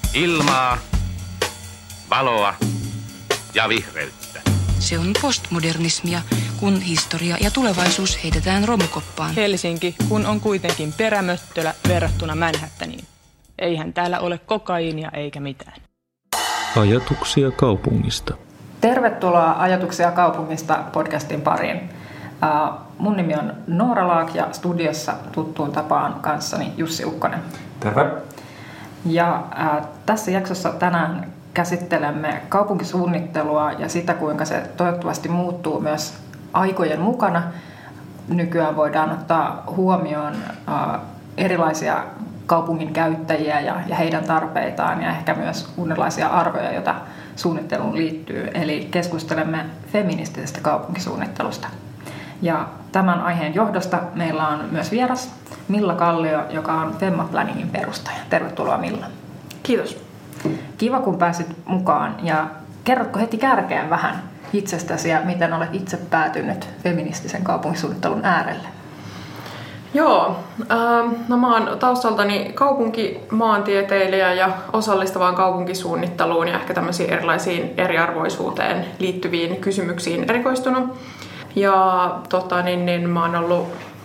Ilmaa, valoa ja vihreyttä. Se on postmodernismia, kun historia ja tulevaisuus heitetään romukoppaan. Helsinki, kun on kuitenkin perämöttölä verrattuna Manhattaniin. Eihän täällä ole kokaiinia eikä mitään. Ajatuksia kaupungista. Tervetuloa Ajatuksia kaupungista podcastin pariin. Mun nimi on Noora Laak ja studiossa tuttuun tapaan kanssani Jussi Ukkonen. Terve. Ja tässä jaksossa tänään käsittelemme kaupunkisuunnittelua ja sitä, kuinka se toivottavasti muuttuu myös aikojen mukana. Nykyään voidaan ottaa huomioon erilaisia kaupungin käyttäjiä ja heidän tarpeitaan ja ehkä myös uudenlaisia arvoja, joita suunnitteluun liittyy. Eli keskustelemme feministisestä kaupunkisuunnittelusta. Ja tämän aiheen johdosta meillä on myös vieras Milla Kallio, joka on Femma Planningin perustaja. Tervetuloa Milla. Kiitos. Kiva kun pääsit mukaan ja kerrotko heti kärkeen vähän itsestäsi ja miten olet itse päätynyt feministisen kaupunkisuunnittelun äärelle? Joo, no mä oon taustaltani kaupunkimaantieteilijä ja osallistavaan kaupunkisuunnitteluun ja ehkä tämmöisiin erilaisiin eriarvoisuuteen liittyviin kysymyksiin erikoistunut. Ja mä oon ollut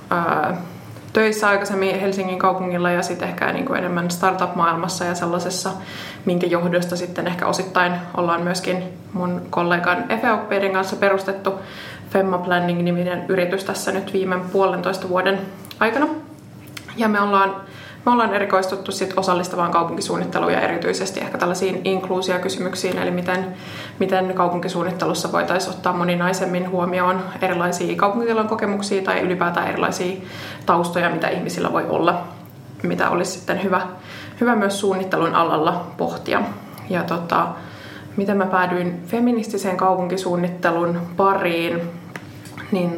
töissä aikaisemmin Helsingin kaupungilla ja sitten ehkä niin kuin enemmän startup-maailmassa ja sellaisessa, minkä johdosta sitten ehkä osittain ollaan myöskin mun kollegan Efe-oppeiden kanssa perustettu Femma Planning-niminen yritys tässä nyt viime 1,5 vuoden aikana. Ja me ollaan erikoistuttu sit osallistavaan kaupunkisuunnitteluun ja erityisesti ehkä tällaisiin inkluusiokysymyksiin, eli miten kaupunkisuunnittelussa voitaisiin ottaa moninaisemmin huomioon erilaisia kaupunkitilan kokemuksia tai ylipäätään erilaisia taustoja, mitä ihmisillä voi olla, mitä olisi sitten hyvä myös suunnittelun alalla pohtia. Ja miten mä päädyin feministiseen kaupunkisuunnittelun pariin, niin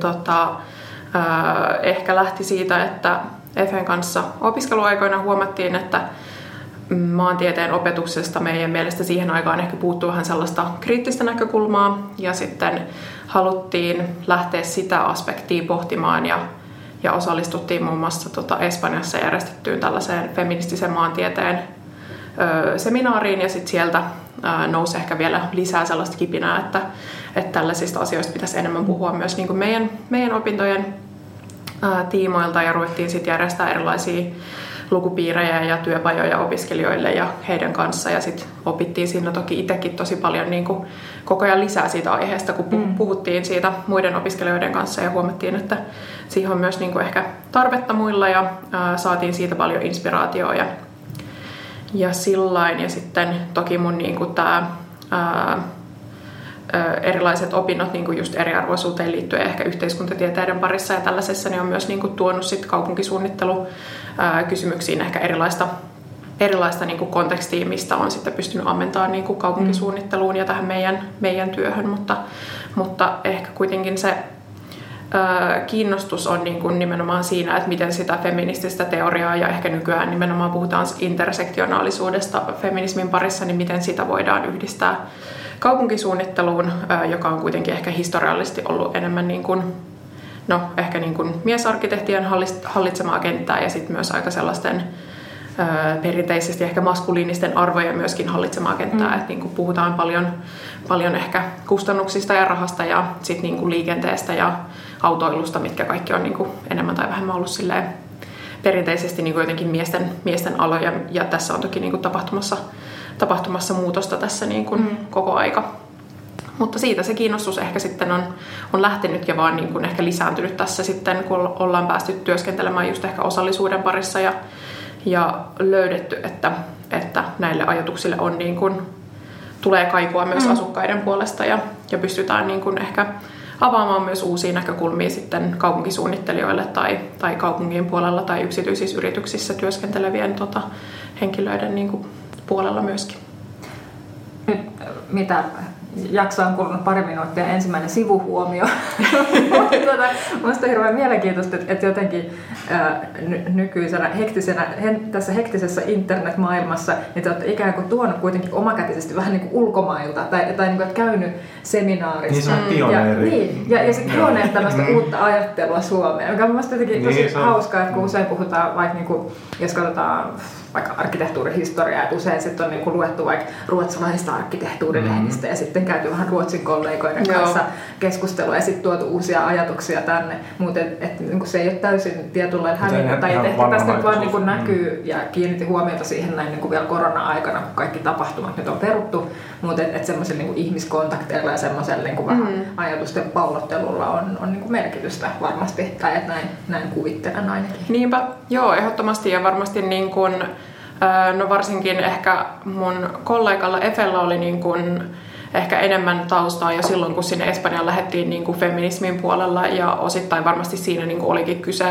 ehkä lähti siitä, että Efen kanssa opiskeluaikoina huomattiin, että maantieteen opetuksesta meidän mielestä siihen aikaan ehkä puuttuu vähän sellaista kriittistä näkökulmaa ja sitten haluttiin lähteä sitä aspektia pohtimaan ja osallistuttiin muun muassa Espanjassa järjestettyyn tällaiseen feministisen maantieteen seminaariin ja sitten sieltä nousi ehkä vielä lisää sellaista kipinää, että tällaisista asioista pitäisi enemmän puhua myös niin kuin meidän opintojen tiimoilta ja ruvettiin sitten järjestää erilaisia lukupiirejä ja työpajoja opiskelijoille ja heidän kanssa ja sitten opittiin siinä toki itsekin tosi paljon niin kuin koko ajan lisää siitä aiheesta, kun puhuttiin siitä muiden opiskelijoiden kanssa ja huomattiin, että siihen on myös niin kuin ehkä tarvetta muilla ja saatiin siitä paljon inspiraatioa ja sillain ja sitten toki mun niin kuin erilaiset opinnot niin kuin just eriarvoisuuteen liittyen ehkä yhteiskuntatieteiden parissa ja tällaisessa niin on myös niin kuin tuonut sit kaupunkisuunnittelukysymyksiin ehkä erilaista niin kuin kontekstia, mistä on sitten pystynyt ammentamaan niin kuin kaupunkisuunnitteluun ja tähän meidän työhön, mutta ehkä kuitenkin se kiinnostus on niin kuin nimenomaan siinä, että miten sitä feminististä teoriaa ja ehkä nykyään nimenomaan puhutaan intersektionaalisuudesta feminismin parissa, niin miten sitä voidaan yhdistää kaupunkisuunnitteluun, joka on kuitenkin ehkä historiallisesti ollut enemmän niin kuin, ehkä niin kuin miesarkkitehtien hallitsemaa kenttää ja sitten myös aika sellaisten perinteisesti ehkä maskuliinisten arvojen myöskin hallitsemaa kenttää, että niin kuin puhutaan paljon ehkä kustannuksista ja rahasta ja sitten niin kuin liikenteestä ja autoilusta, mitkä kaikki on niin kuin enemmän tai vähemmän ollut silleen perinteisesti niin kuin jotenkin miesten aloja ja tässä on toki niin kuin tapahtumassa muutosta tässä niin kuin koko aika. Mutta siitä se kiinnostus ehkä sitten on lähtenyt ja vaan niin kuin ehkä lisääntynyt tässä sitten, kun ollaan päästy työskentelemään just ehkä osallisuuden parissa ja löydetty, että näille ajatuksille on niin kuin, tulee kaipua myös asukkaiden puolesta ja pystytään niin kuin ehkä avaamaan myös uusia näkökulmia sitten kaupunkisuunnittelijoille tai kaupungin puolella tai yksityisissä yrityksissä työskentelevien henkilöiden niin kuin puolella myöskin. Nyt mitä jakso on kulunut 2 minuuttia, ensimmäinen sivuhuomio. Minusta on hirveän mielenkiintoista, että jotenkin nykyisenä tässä hektisessä internetmaailmassa niin te olette ikään kuin tuonut kuitenkin omakätisesti vähän niin kuin ulkomailta tai niin kuin, että käynyt seminaarissa. Niin se on pioneeri. Ja sitten tuoneet tämmöistä uutta ajattelua Suomeen, mikä on mielestäni jotenkin tosi hauskaa, että kun usein puhutaan vaikka niin kuin, jos katsotaan vaikka arkkitehtuurihistoriaa, että usein sitten on niin kuin luettu vaikka ruotsalaisista arkkitehtuurilehdistä ja sitten käyty vähän Ruotsin kollegoiden kanssa keskustelua ja sitten tuotu uusia ajatuksia tänne, mutta niin se ei ole täysin tietynlainen hävinnyt, tai ehkä tästä nyt vaan niin näkyy ja kiinnitti huomiota siihen näin niin kuin vielä korona-aikana, kun kaikki tapahtumat nyt on peruttu, mutta semmoisella niin ihmiskontakteilla ja semmoisella niin kuin vähän ajatusten pallottelulla on niin kuin merkitystä varmasti, tai että näin kuvittelen ainakin. Niinpä, joo, ehdottomasti ja varmasti niin kuin, no varsinkin ehkä mun kollegalla Efellä oli niin kuin ehkä enemmän taustaa jo silloin, kun sinne Espanjaan lähdettiin niin kuin feminismin puolella ja osittain varmasti siinä niin kuin olikin kyse,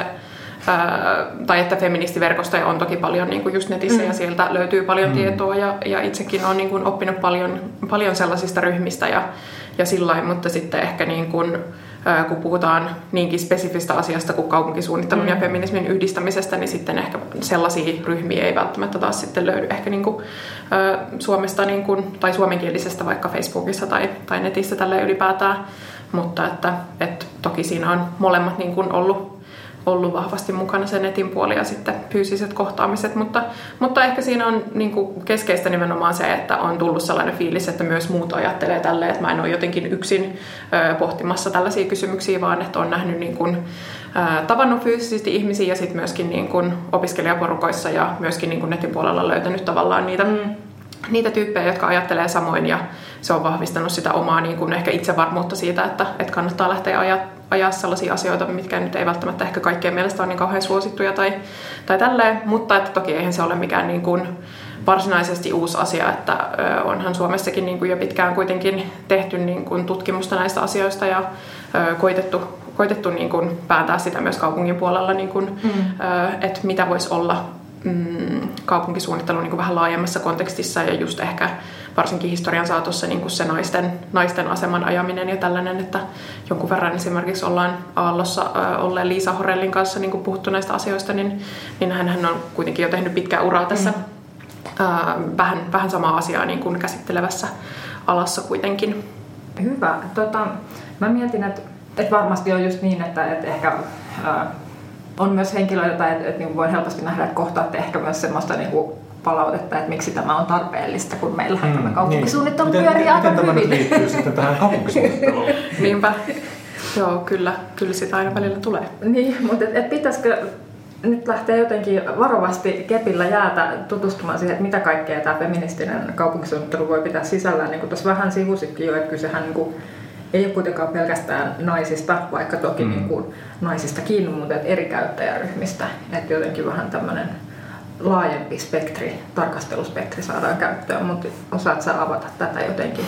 tai että feministiverkostoja on toki paljon niin kuin just netissä ja sieltä löytyy paljon tietoa ja itsekin olen niin kuin oppinut paljon sellaisista ryhmistä ja sillain, mutta sitten ehkä niin kuin, kun puhutaan niinkin spesifistä asiasta kuin kaupunkisuunnittelun ja feminismin yhdistämisestä, niin sitten ehkä sellaisia ryhmiä ei välttämättä taas sitten löydy ehkä niin kuin, Suomesta niin kuin, tai suomenkielisestä vaikka Facebookissa tai netissä tällä ylipäätään, mutta että toki siinä on molemmat niin kuin ollut vahvasti mukana se netin puoli ja sitten fyysiset kohtaamiset, mutta ehkä siinä on niin kuin keskeistä nimenomaan se, että on tullut sellainen fiilis, että myös muut ajattelee tälleen, että mä en ole jotenkin yksin pohtimassa tällaisia kysymyksiä, vaan että on nähnyt niin kuin, tavannut fyysisesti ihmisiä ja sitten myöskin niin kuin opiskelijaporukoissa ja myöskin niin kuin netin puolella löytänyt tavallaan niitä tyyppejä, jotka ajattelee samoin ja se on vahvistanut sitä omaa niin kuin ehkä itsevarmuutta siitä, että kannattaa lähteä ajaa sellaisia asioita, mitkä nyt ei välttämättä ehkä kaikkien mielestä ole niin kauhean suosittuja tai tälleen, mutta että toki eihän se ole mikään niin kuin varsinaisesti uusi asia, että onhan Suomessakin niin kuin jo pitkään kuitenkin tehty niin kuin tutkimusta näistä asioista ja koitettu niin kuin päätää sitä myös kaupungin puolella, niin kuin, että mitä voisi olla kaupunkisuunnittelu niin kuin vähän laajemmassa kontekstissa ja just ehkä varsinkin historian saatossa niin kuin se naisten aseman ajaminen ja tällainen, että jonkun verran esimerkiksi ollaan Aallossa olleen Liisa Horellin kanssa niin kuin puhuttu näistä asioista, niin hän on kuitenkin jo tehnyt pitkää uraa tässä vähän samaa asiaa niin kuin käsittelevässä alassa kuitenkin. Hyvä. Mä mietin, että varmasti on just niin, että ehkä on myös henkilöitä, että niin voin helposti nähdä, että kohtaatte ehkä myös semmoista niin kuin palautetta, että miksi tämä on tarpeellista, kun meillähän tämä kaupunkisuunnittelu pyörii aika hyvin. Miten tämä liittyy sitten tähän kaupunkisuunnitteluun? Niinpä. Joo, kyllä sitä aina välillä tulee. Niin, mutta pitäisikö nyt lähteä jotenkin varovasti kepillä jäätä tutustumaan siihen, että mitä kaikkea tämä feministinen kaupunkisuunnittelu voi pitää sisällään. Niin kuin tuossa vähän sivusitkin jo, että kysehän niin kuin ei ole kuitenkaan pelkästään naisista, vaikka toki niin kuin naisistakin, mutta eri käyttäjäryhmistä. Että jotenkin vähän tämmöinen laajempi spektri, tarkasteluspektri saadaan käyttöön, mutta osaat sä avata tätä jotenkin?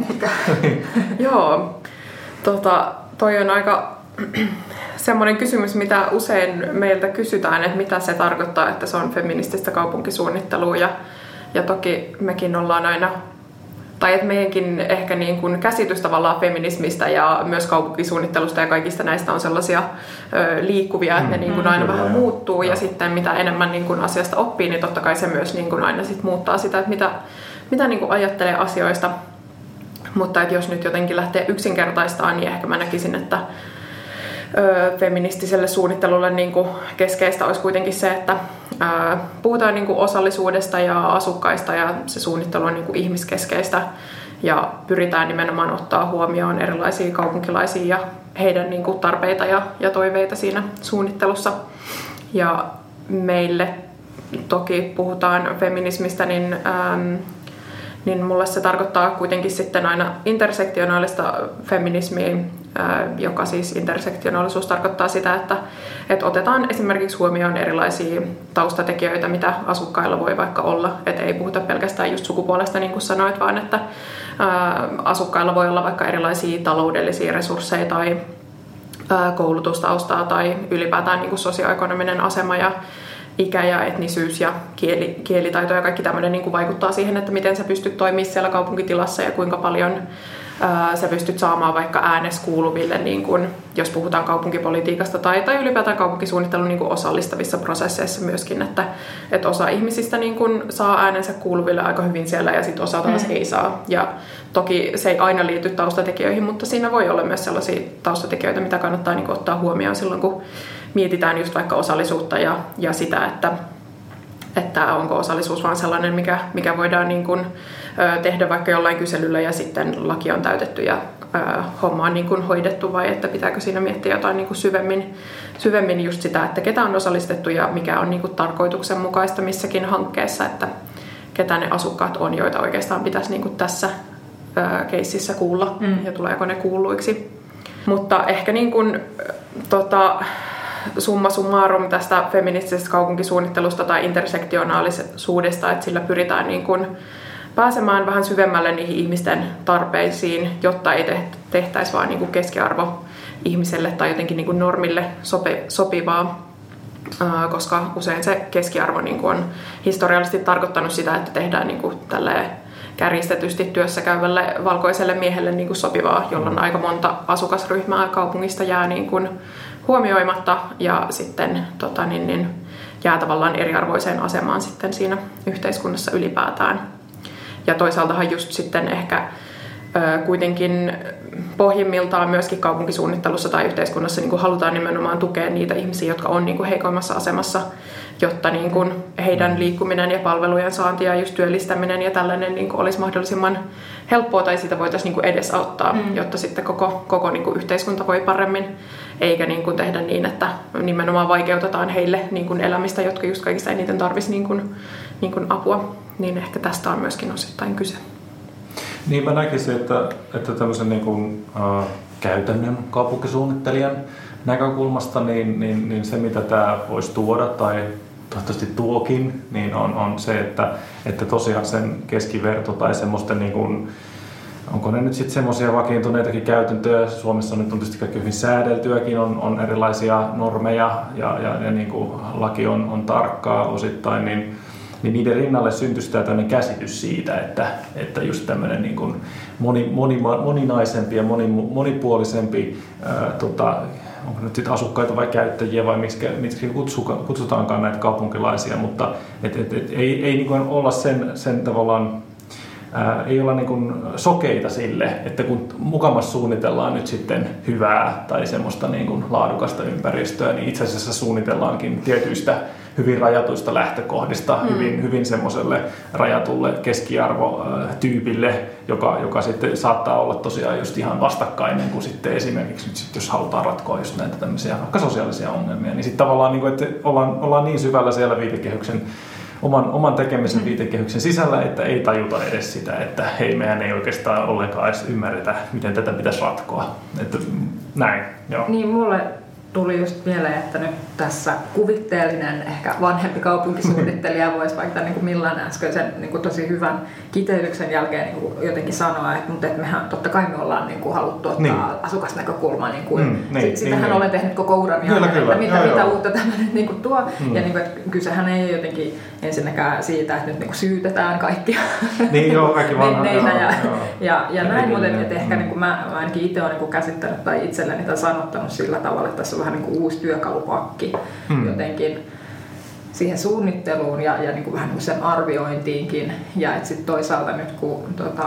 Joo, toi on aika semmoinen kysymys, mitä usein meiltä kysytään, että mitä se tarkoittaa, että se on feminististä kaupunkisuunnittelua ja toki mekin ollaan aina tai että meidänkin ehkä niin kuin käsitys tavallaan feminismistä ja myös kaupunkisuunnittelusta ja kaikista näistä on sellaisia liikkuvia, että ne niin kuin aina vähän muuttuu ja sitten mitä enemmän niin kuin asiasta oppii, niin totta kai se myös niin kuin aina sit muuttaa sitä, että mitä niin kuin ajattelee asioista. Mutta että jos nyt jotenkin lähtee yksinkertaistamaan, niin ehkä mä näkisin, että feministiselle suunnittelulle niin kuin keskeistä olisi kuitenkin se, että puhutaan niin kuin osallisuudesta ja asukkaista ja se suunnittelu on niin kuin ihmiskeskeistä ja pyritään nimenomaan ottaa huomioon erilaisia kaupunkilaisia ja heidän niin kuin tarpeita ja toiveita siinä suunnittelussa. Ja meille toki puhutaan feminismistä, niin mulle se tarkoittaa kuitenkin sitten aina intersektionaalista feminismiä, joka siis intersektionaalisuus tarkoittaa sitä, että otetaan esimerkiksi huomioon erilaisia taustatekijöitä, mitä asukkailla voi vaikka olla. Että ei puhuta pelkästään just sukupuolesta, niin kuin sanoit, vaan että asukkailla voi olla vaikka erilaisia taloudellisia resursseja tai koulutustaustaa tai ylipäätään niin kuin sosioekonominen asema ja ikä ja etnisyys ja kielitaito ja kaikki tämmöinen niin kuin vaikuttaa siihen, että miten sä pystyt toimimaan siellä kaupunkitilassa ja kuinka paljon sä pystyt saamaan vaikka äänes kuuluville, niin kuin, jos puhutaan kaupunkipolitiikasta tai ylipäätään kaupunkisuunnittelun niin kuin osallistavissa prosesseissa myöskin, että osa ihmisistä niin kuin saa äänensä kuuluville aika hyvin siellä ja sitten osa taas ei saa. Ja toki se ei aina liity taustatekijöihin, mutta siinä voi olla myös sellaisia taustatekijöitä, mitä kannattaa niin kuin ottaa huomioon silloin, kun mietitään just vaikka osallisuutta ja sitä, että että onko osallisuus vaan sellainen, mikä voidaan niin kuin, tehdä vaikka jollain kyselyllä ja sitten laki on täytetty ja homma on niin kuin hoidettu, vai että pitääkö siinä miettiä jotain niin kuin syvemmin just sitä, että ketä on osallistettu ja mikä on niin kuin tarkoituksenmukaista missäkin hankkeessa, että ketä ne asukkaat on, joita oikeastaan pitäisi niin kuin tässä keississä kuulla ja tuleeko ne kuulluiksi. Mutta ehkä niin kuin, summa summarum tästä feministisestä kaupunkisuunnittelusta tai intersektionaalisuudesta, että sillä pyritään niin kuin pääsemään vähän syvemmälle niihin ihmisten tarpeisiin, jotta ei tehtäisi vaan niin kuin keskiarvo ihmiselle tai jotenkin niin kuin normille sopivaa, koska usein se keskiarvo niin kuin on historiallisesti tarkoittanut sitä, että tehdään niin kuin tälleen kärjistetysti työssä käyvälle valkoiselle miehelle niin kuin sopivaa, jolloin aika monta asukasryhmää kaupungista jää niin kuin huomioimatta ja sitten jää tavallaan eriarvoiseen asemaan sitten siinä yhteiskunnassa ylipäätään. Ja toisaaltahan just sitten ehkä kuitenkin pohjimmiltaan myöskin kaupunkisuunnittelussa tai yhteiskunnassa niin kuin halutaan nimenomaan tukea niitä ihmisiä, jotka on niin kuin heikoimmassa asemassa, jotta niin kuin heidän liikkuminen ja palvelujen saanti ja just työllistäminen ja tällainen niin kuin olisi mahdollisimman helppoa tai sitä voitaisiin niin kuin edesauttaa, jotta sitten koko niin kuin yhteiskunta voi paremmin, eikä niin kuin tehdä niin, että nimenomaan vaikeutetaan heille niin kuin elämistä, jotka just kaikista eniten tarvitsisi niin kuin apua. Niin ehkä tästä on myöskin osittain kyse. Niin mä näkisin, että tämmöisen niin kuin, käytännön kaupunkisuunnittelijan näkökulmasta niin se, mitä tämä voisi tuoda tai toivottavasti tuokin, niin on se, että tosiaan sen keskiverto tai semmoisten, niin kuin, onko ne nyt sitten semmoisia vakiintuneitakin käytäntöjä, Suomessa nyt on tietysti kaikki hyvin säädeltyäkin, on erilaisia normeja ja niin kuin laki on tarkkaa osittain, niin niiden rinnalle syntyisi tämmöinen käsitys siitä, että just tämmöinen niin kuin moninaisempi ja monipuolisempi, onko nyt sitten asukkaita vai käyttäjiä vai miksi kutsutaankaan näitä kaupunkilaisia, mutta ei niin kuin olla sen tavallaan, ei olla niin kuin sokeita sille, että kun mukamas suunnitellaan nyt sitten hyvää tai semmoista niin kuin laadukasta ympäristöä, niin itse asiassa suunnitellaankin tietyistä hyvin rajatuista lähtökohdista, hyvin semmoiselle rajatulle keskiarvotyypille, joka sitten saattaa olla tosiaan just ihan vastakkainen kuin sitten esimerkiksi nyt sit, jos halutaan ratkoa just näitä tämmöisiä vaikka sosiaalisia ongelmia, niin sitten tavallaan niin kuin, että ollaan niin syvällä siellä viitekehyksen oman tekemisen viitekehyksen sisällä, että ei tajuta edes sitä, että hei, mehän ei oikeastaan ollenkaan edes ymmärretä, miten tätä pitäisi ratkoa. Että näin, joo. Niin, mulle tuli just mieleen, että nyt tässä kuvitteellinen, ehkä vanhempi kaupunkisuunnittelija voisi vaikka niin kuin Millan äskeisen niin kuin tosi hyvän kiteytyksen jälkeen niin kuin jotenkin sanoa, että mehän totta kai me ollaan niin kuin haluttu ottaa asukasnäkökulmaa, niin kuin, sitähän olen tehnyt koko uran ja mitä uutta tämä nyt niin kuin tuo. Ja niin kuin, että kysehän ei jotenkin ensinnäkään siitä, että nyt niin kuin syytetään kaikkia menneinä ja näin, mutta ehkä niin kuin mä ainakin itse olen niin käsittänyt tai itselleni tai sanottanut sillä tavalla, että tässä on vähän niin kuin uusi työkalupakki jotenkin siihen suunnitteluun ja niin kuin vähän niin kuin sen arviointiinkin. Ja sitten toisaalta nyt kun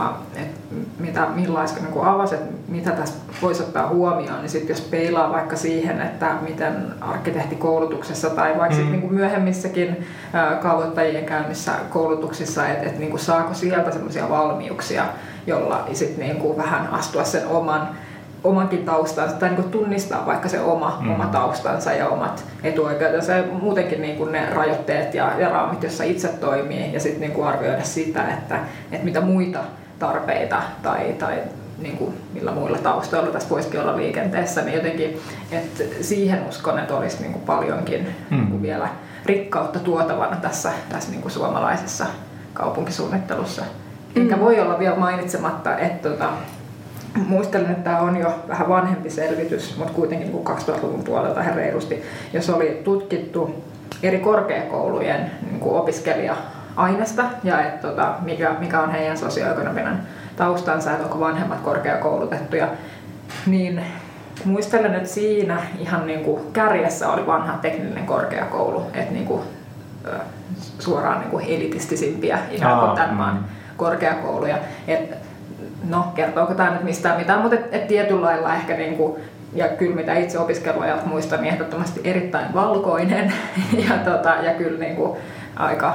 millaista niin avasit, mitä tässä voisi ottaa huomioon, niin sitten jos peilaa vaikka siihen, että miten arkkitehtikoulutuksessa tai vaikka niin kuin myöhemmissäkin kaavoittajien käynnissä koulutuksissa, että niin kuin saako sieltä semmoisia valmiuksia, jolla sitten niin kuin vähän astua sen omankin taustansa tai niin kuin tunnistaa vaikka se oma taustansa ja omat etuoikeutensa ja muutenkin niin kuin ne rajoitteet ja raamit, joissa itse toimii ja sitten niin kuin arvioida sitä, että mitä muita tarpeita tai niin kuin millä muilla taustoilla tässä voisikin olla liikenteessä, niin jotenkin että siihen uskon, että olisi niin kuin paljonkin niin kuin vielä rikkautta tuotavana tässä niin kuin suomalaisessa kaupunkisuunnittelussa. Enkä voi olla vielä mainitsematta, että muistelen, että tämä on jo vähän vanhempi selvitys, mutta kuitenkin 2000-luvun puolelta ihan reilusti, jos oli tutkittu eri korkeakoulujen niin kuin opiskelija-aineesta ja että mikä on heidän sosioekonominen taustansa, että onko vanhemmat korkeakoulutettuja, niin muistelen, että siinä ihan niin kuin kärjessä oli vanha teknillinen korkeakoulu, että niin kuin, suoraan niin kuin elitistisimpiä ihan kuin tämän maan korkeakouluja. No, kertooko tämä nyt mistään mitään, mutta tietyllä lailla ehkä, niinku, ja kyllä mitä itse opiskeluajalta muistan, niin ehdottomasti erittäin valkoinen ja kyllä niinku, aika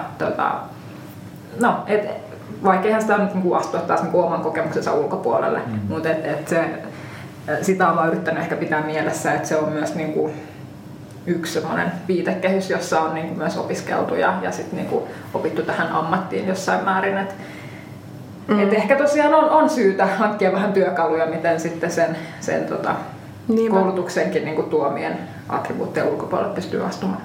vaikeahan sitä on niin astua taas niin oman kokemuksensa ulkopuolelle, mutta sitä on vaan yrittänyt ehkä pitää mielessä, että se on myös niin kuin yksi semmoinen viitekehys, jossa on niin kuin myös opiskeltu ja sitten niin kuin opittu tähän ammattiin jossain määrin. Et ehkä tosiaan on syytä hankkia vähän työkaluja, miten sitten sen koulutuksenkin niin kuin tuomien attribuuttien ulkopuolelle pystyy astumaan.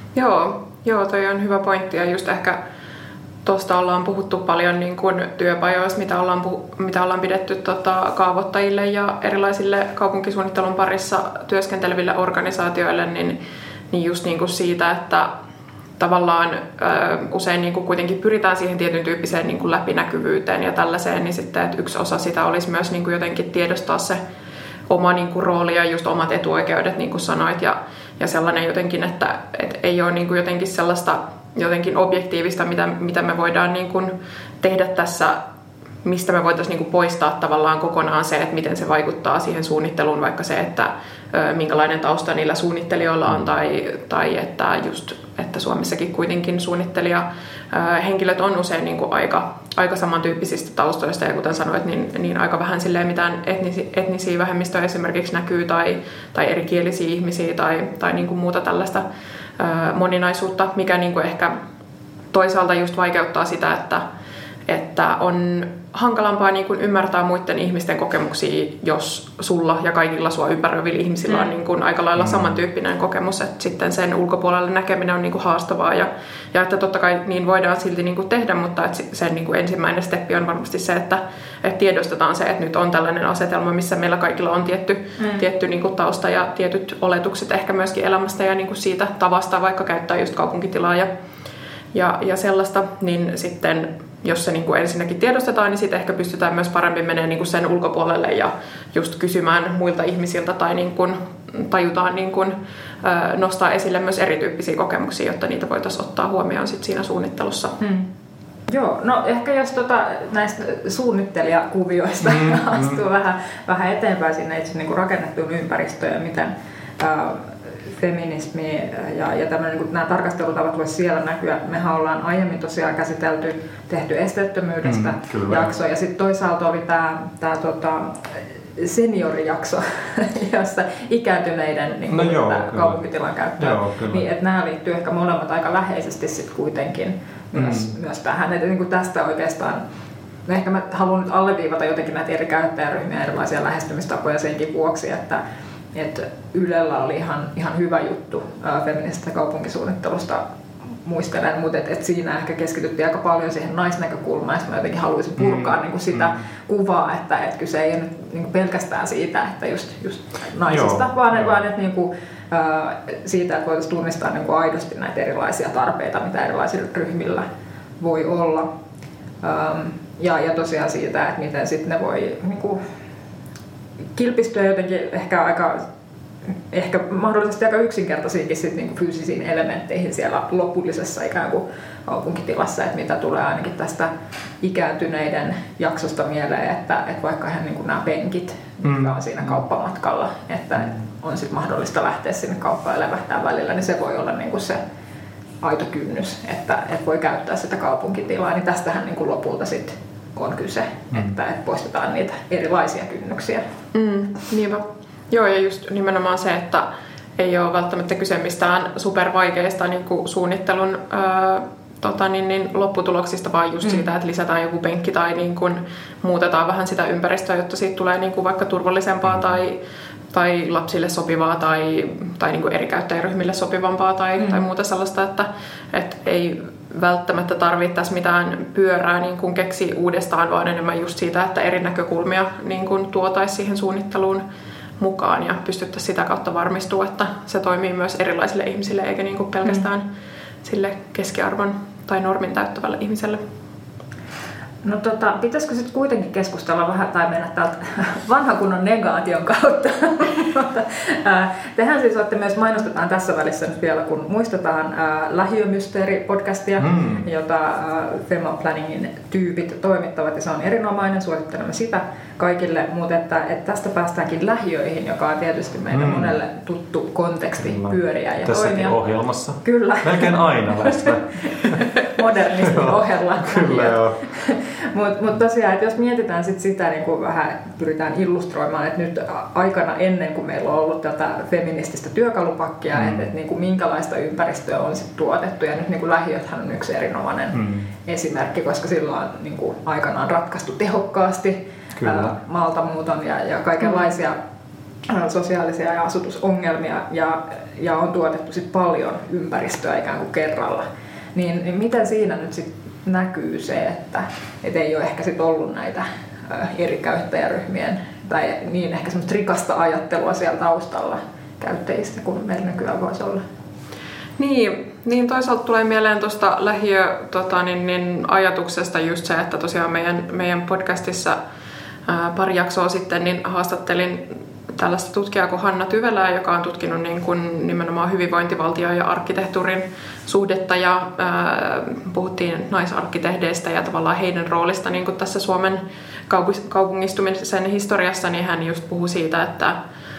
Joo, toi on hyvä pointti ja just ehkä tuosta ollaan puhuttu paljon niin kuin työpajoista, mitä ollaan pidetty kaavoittajille ja erilaisille kaupunkisuunnittelun parissa työskenteleville organisaatioille, niin just niin kuin siitä, että tavallaan usein niin kuin kuitenkin pyritään siihen tietyn tyyppiseen niin kuin läpinäkyvyyteen ja tällaiseen, niin sitten että yksi osa sitä olisi myös niin kuin jotenkin tiedostaa se oma niin kuin rooli ja just omat etuoikeudet, niin kuin sanoit, ja sellainen jotenkin, että ei ole niin kuin jotenkin sellaista jotenkin objektiivista, mitä me voidaan niin kuin tehdä tässä, mistä me voitaisiin niin kuin poistaa tavallaan kokonaan se, että miten se vaikuttaa siihen suunnitteluun, vaikka se, että minkälainen tausta niillä suunnittelijoilla on, tai että just, että Suomessakin kuitenkin suunnittelijahenkilöt on usein niin kuin aika samantyyppisistä taustoista, ja kuten sanoit, niin aika vähän silleen mitään etnisiä vähemmistöjä esimerkiksi näkyy, tai erikielisiä ihmisiä, tai niin kuin muuta tällaista moninaisuutta, mikä niin kuin ehkä toisaalta just vaikeuttaa sitä, että on hankalampaa niin kuin ymmärtää muiden ihmisten kokemuksia, jos sulla ja kaikilla sua ympäröivillä ihmisillä on niin kuin aika lailla samantyyppinen kokemus, että sitten sen ulkopuolelle näkeminen on niin kuin haastavaa ja että totta kai niin voidaan silti niin kuin tehdä, mutta että sen niin kuin ensimmäinen steppi on varmasti se, että tiedostetaan se, että nyt on tällainen asetelma, missä meillä kaikilla on tietty niin kuin tausta ja tietyt oletukset ehkä myöskin elämästä ja niin kuin siitä tavasta vaikka käyttää just kaupunkitilaa ja sellaista, niin sitten jos se niin kuin ensinnäkin tiedostetaan, niin sitten ehkä pystytään myös paremmin menemään niin kuin sen ulkopuolelle ja just kysymään muilta ihmisiltä tai niin kuin tajutaan niin kuin, nostaa esille myös erityyppisiä kokemuksia, jotta niitä voitaisiin ottaa huomioon sit siinä suunnittelussa. Joo, no ehkä jos näistä suunnittelijakuvioista astuu vähän eteenpäin sinne itse niin kuin rakennettuun ympäristöön ja miten feminismi ja tämmöinen, niin nämä tarkastelutavat voisi siellä näkyä. Mehän ollaan aiemmin tosiaan tehty esteettömyydestä jakso ja sitten toisaalta oli tämä seniorijakso, jossa ikääntyneiden niin kaupunkitilan käyttöön. Niin, että nämä liittyy ehkä molemmat aika läheisesti sitten kuitenkin myös tähän. Että niin kuin tästä oikeastaan ehkä mä haluan nyt alleviivata jotenkin näitä eri käyttäjäryhmiä, erilaisia lähestymistapoja senkin vuoksi, että Ylellä oli ihan hyvä juttu feministisestä kaupunkisuunnittelusta muistelen, mutta siinä ehkä keskityttiin aika paljon siihen naisnäkökulmaan, ja mä jotenkin haluaisin purkaa niin kuin sitä kuvaa, että kyse ei ole nyt niin kuin pelkästään siitä, että just naisista, vaan että niin kuin, siitä, että voitaisiin tunnistaa niin kuin aidosti näitä erilaisia tarpeita, mitä erilaisilla ryhmillä voi olla. Ja tosiaan siitä, että miten sitten ne voi niin kuin kilpistyä jotenkin ehkä mahdollisesti aika yksinkertaisiinkin sit niinku fyysisiin elementteihin siellä lopullisessa ikään kuin kaupunkitilassa, että mitä tulee ainakin tästä ikääntyneiden jaksosta mieleen, että vaikka ihan niinku nämä penkit, mitkä on siinä kauppamatkalla, että on sitten mahdollista lähteä sinne kauppaan ja levähtää välillä, niin se voi olla niinku se aito kynnys, että voi käyttää sitä kaupunkitilaa, niin tästähän niinku lopulta sitten on kyse, että poistetaan niitä erilaisia kynnyksiä. Niinpä. Joo, ja just nimenomaan se, että ei ole välttämättä kyse mistään supervaikeista niin kuin suunnittelun lopputuloksista, vaan just siitä, että lisätään joku penkki tai niin kuin muutetaan vähän sitä ympäristöä, jotta siitä tulee niin kuin vaikka turvallisempaa tai lapsille sopivaa tai niin kuin eri käyttäjäryhmille sopivampaa tai muuta sellaista, että ei välttämättä tarvittaisi mitään pyörää niin kuin keksiä uudestaan, vaan enemmän just siitä, että eri näkökulmia niin kuin tuotaisiin siihen suunnitteluun mukaan ja pystyttäisiin sitä kautta varmistua, että se toimii myös erilaisille ihmisille eikä niin kuin pelkästään sille keskiarvon tai normin täyttävälle ihmiselle. No pitäisikö sitten kuitenkin keskustella vähän tai mennä täältä vanhan kunnon negaation kautta? Tehän siis olette myös mainostetaan tässä välissä nyt vielä, kun muistetaan Lähiömysteeri-podcastia, jota Female Planningin tyypit toimittavat, ja se on erinomainen, suosittelemme sitä kaikille, mutta että tästä päästäänkin lähiöihin, joka on tietysti meidän monelle tuttu konteksti pyöriä ja tässäkin toimia. Ohjelmassa. Kyllä. Melkein aina läsnä. Modernismin ohella. Kyllä joo. Mutta tosiaan, että jos mietitään sitä, niin kuin vähän pyritään illustroimaan, että nyt aikana ennen kuin meillä on ollut tätä feminististä työkalupakkia, että niin kuin minkälaista ympäristöä on sit tuotettu. Ja nyt niin kuin lähiöthän on yksi erinomainen esimerkki, koska sillä on niin kuin aikanaan ratkaistu tehokkaasti maaltamuuton ja kaikenlaisia sosiaalisia ja asutusongelmia ja on tuotettu sit paljon ympäristöä ikään kuin kerralla. Niin miten siinä nyt sit näkyy se, että ei ole ehkä sit ollut näitä eri käyttäjäryhmien tai niin ehkä semmoista rikasta ajattelua siellä taustalla käyttäjistä kuin meillä nykyään voisi olla? Niin toisaalta tulee mieleen tuosta ajatuksesta just se, että tosiaan meidän podcastissa pari jaksoa sitten niin haastattelin tällaista tutkijaa kuin Hanna Tyvelää, joka on tutkinut niin kuin nimenomaan hyvinvointivaltion ja arkkitehtuurin suhdetta ja puhuttiin naisarkkitehdeistä ja tavallaan heidän roolista niin kuin tässä Suomen kaupungistumisen historiassa, niin hän just puhui siitä, että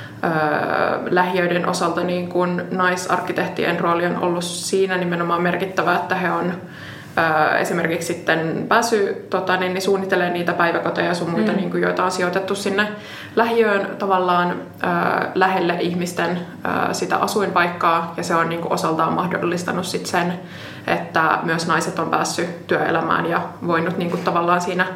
lähiöiden osalta niin kuin naisarkkitehtien rooli on ollut siinä nimenomaan merkittävä, että he on esimerkiksi sitten päässyt niin suunnittelemaan niitä päiväkoteja ja sun muita, niin kuin, joita on sijoitettu sinne lähiöön tavallaan lähelle ihmisten sitä asuinpaikkaa, ja se on niin kuin osaltaan mahdollistanut sit sen, että myös naiset on päässyt työelämään ja voinut niin kuin tavallaan siinä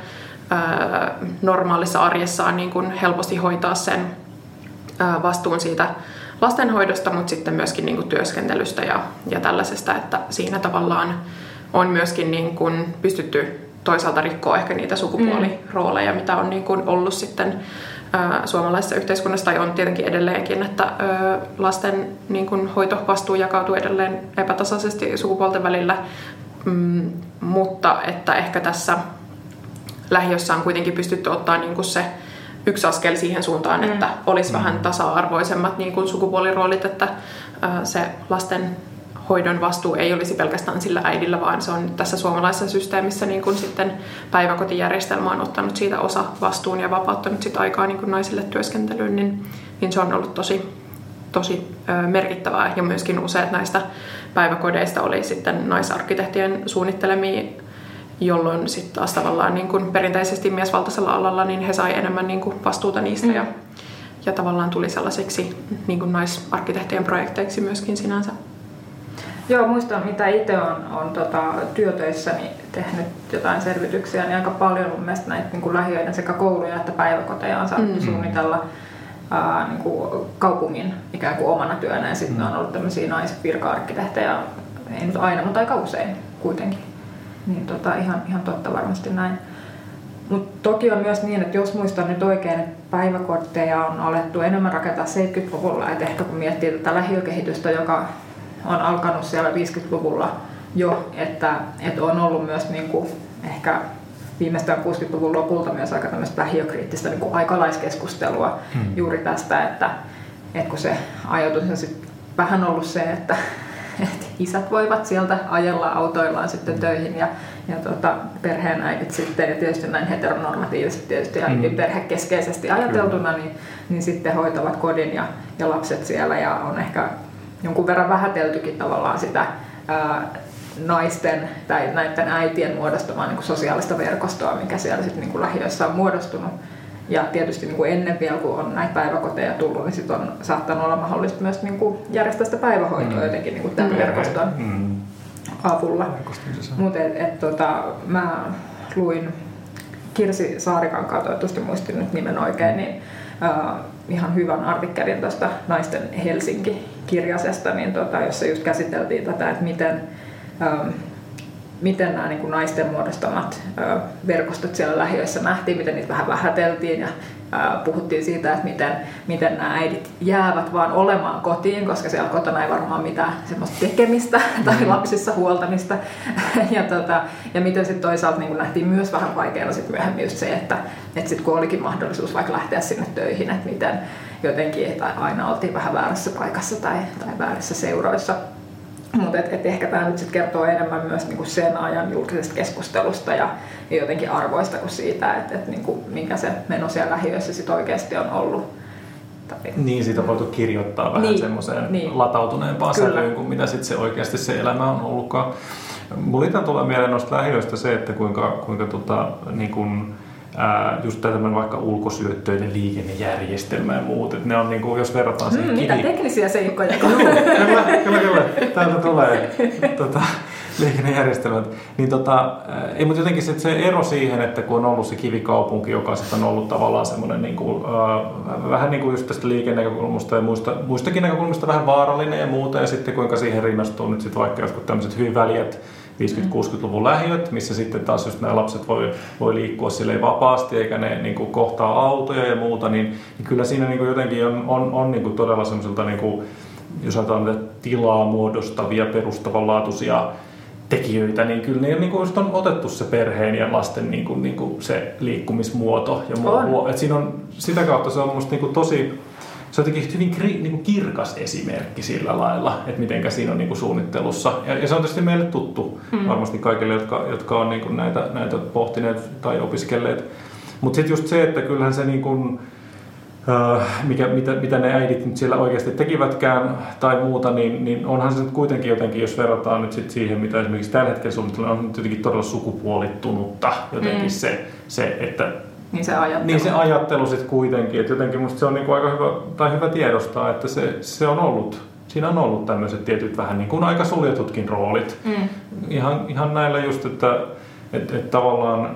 normaalissa arjessaan niin kuin helposti hoitaa sen vastuun siitä lastenhoidosta, mutta sitten myöskin niin kuin työskentelystä ja tällaisesta, että siinä tavallaan on myöskin niin kuin pystytty toisaalta rikkoa ehkä niitä sukupuolirooleja, mitä on niin kuin ollut sitten suomalaisessa yhteiskunnassa, tai on tietenkin edelleenkin, että lasten niin kuin hoitovastuu jakautuu edelleen epätasaisesti sukupuolten välillä, mutta että ehkä tässä lähiössä on kuitenkin pystytty ottaa niin kuin se yksi askel siihen suuntaan, että olisi vähän tasa-arvoisemmat niin kuin sukupuoliroolit, että se lasten hoidon vastuu ei olisi pelkästään sillä äidillä, vaan se on tässä suomalaisessa systeemissä niin kuin sitten päiväkotijärjestelmä on ottanut siitä osa vastuun ja vapauttanut sitä aikaa niin kuin naisille työskentelyyn, niin se on ollut tosi merkittävää. Ja myöskin useat näistä päiväkodeista oli sitten naisarkkitehtien suunnittelemia, jolloin sitten taas tavallaan niin kuin perinteisesti miesvaltaisella alalla niin he sai enemmän niin kuin vastuuta niistä ja tavallaan tuli sellaiseksi niin kuin naisarkkitehtien projekteiksi myöskin sinänsä. Joo, muistan mitä itse on työtöissäni tehnyt jotain selvityksiä, niin aika paljon mun mielestä näitä niin kuin lähiöiden sekä kouluja että päiväkoteja on saatu suunnitella niin kuin kaupungin ikään kuin omana työnä, ja sitten on ollut tämmöisiä naisvirka-arkkitehtejä, ei nyt aina, mutta aika usein kuitenkin. Niin ihan totta varmasti näin. Mutta toki on myös niin, että jos muistan nyt oikein, että päiväkoteja on alettu enemmän rakentaa 70-luvulla, että ehkä kun miettii tätä lähiökehitystä, joka on alkanut siellä 50-luvulla jo, että on ollut myös niin kuin ehkä viimeistään 60-luvun lopulta myös aika tämmöistä lähiökriittistä niin kuin aikalaiskeskustelua juuri tästä, että kun se ajatus on sitten vähän ollut se, että isät voivat sieltä ajella autoillaan sitten töihin ja perheenäidit sitten, ja tietysti näin heteronormatiivisesti tietysti ja perhekeskeisesti ajateltuna, niin sitten hoitavat kodin ja lapset siellä, ja on ehkä jonkun verran vähäteltykin tavallaan sitä naisten tai näiden äitien muodostamaa niin kuin sosiaalista verkostoa, mikä siellä sitten niin kuin lähiöissä on muodostunut. Ja tietysti niin kuin ennen vielä, kun on näitä päiväkoteja tullut, niin sitten on saattanut olla mahdollista myös niin kuin järjestää sitä päivähoitoa jotenkin niin kuin tämän verkoston avulla. Mutta mä luin Kirsi Saarikankaan, toivottavasti muistin nyt nimen oikein, niin ihan hyvän artikkelin tuosta Naisten Helsinki-kirjasesta, niin jossa just käsiteltiin tätä, että miten nämä niin kuin naisten muodostamat verkostot siellä lähiöissä nähtiin, miten niitä vähän vähäteltiin ja puhuttiin siitä, että miten nämä äidit jäävät vaan olemaan kotiin, koska siellä kotona ei varmaan mitään semmoista tekemistä tai lapsissa huoltamista. Ja miten sitten toisaalta niin nähtiin myös vähän vaikeana sit myöhemmin just se, että sit kun olikin mahdollisuus vaikka lähteä sinne töihin, että miten jotenkin että aina oltiin vähän väärässä paikassa tai väärissä seuroissa. Mutta ehkä tämä nyt sit kertoo enemmän myös niinku sen ajan julkisesta keskustelusta ja jotenkin arvoista kuin siitä, että niinku, minkä se meno siellä lähiöissä sit oikeasti on ollut. Niin, siitä on voitu kirjoittaa vähän semmoiseen latautuneempaan sävyyn kuin mitä sit se oikeasti se elämä on ollutkaan. Mulla itse tulee mieleen noista lähiöistä se, että kuinka niin kun, just tämmöinen vaikka ulkosyöttöinen liikennejärjestelmä ja muut, että ne on niinku, jos verrataan siihen mitä teknisiä seikkoja? Kyllä. Täältä tulee liikennejärjestelmät. Niin ei, mutta jotenkin se ero siihen, että kun on ollut se kivikaupunki, joka sitten on ollut tavallaan semmoinen niinku, vähän niin kuin just tästä liikennäkökulmasta ja muistakin näkökulmista vähän vaarallinen ja muuta, ja sitten kuinka siihen rinnastuu nyt sitten vaikka joskus tämmöiset hyvin väljät 50-60-luvun lähiöt, missä sitten taas just nämä lapset voi liikkua silleen vapaasti eikä ne niin kuin kohtaa autoja ja muuta, niin kyllä siinä niin kuin jotenkin on niin kuin todella semmoiselta, niin kuin, jos ajatellaan tilaa muodostavia, perustavanlaatuisia tekijöitä, niin kyllä ne niin kuin on otettu se perheen ja lasten niin kuin se liikkumismuoto. Ja että siinä on, sitä kautta se on musta niin kuin tosi, se on jotenkin hyvin niin kuin kirkas esimerkki sillä lailla, että mitenkä siinä on niin kuin suunnittelussa. Ja se on tietysti meille tuttu varmasti kaikille, jotka on niin kuin näitä pohtineet tai opiskelleet. Mutta sitten just se, että kyllähän se niin kuin, mitä ne äidit nyt siellä oikeasti tekivätkään tai muuta, niin onhan se nyt kuitenkin jotenkin, jos verrataan nyt sit siihen, mitä esimerkiksi tällä hetkellä suunnitellaan, on nyt jotenkin todella sukupuolittunutta jotenkin se, että niin se ajattelu sitten kuitenkin, että jotenkin musta se on niinku aika hyvä tiedostaa, että se on ollut, siinä on ollut tämmöiset tietyt vähän niin kuin aika suljetutkin roolit. Ihan näillä just, että tavallaan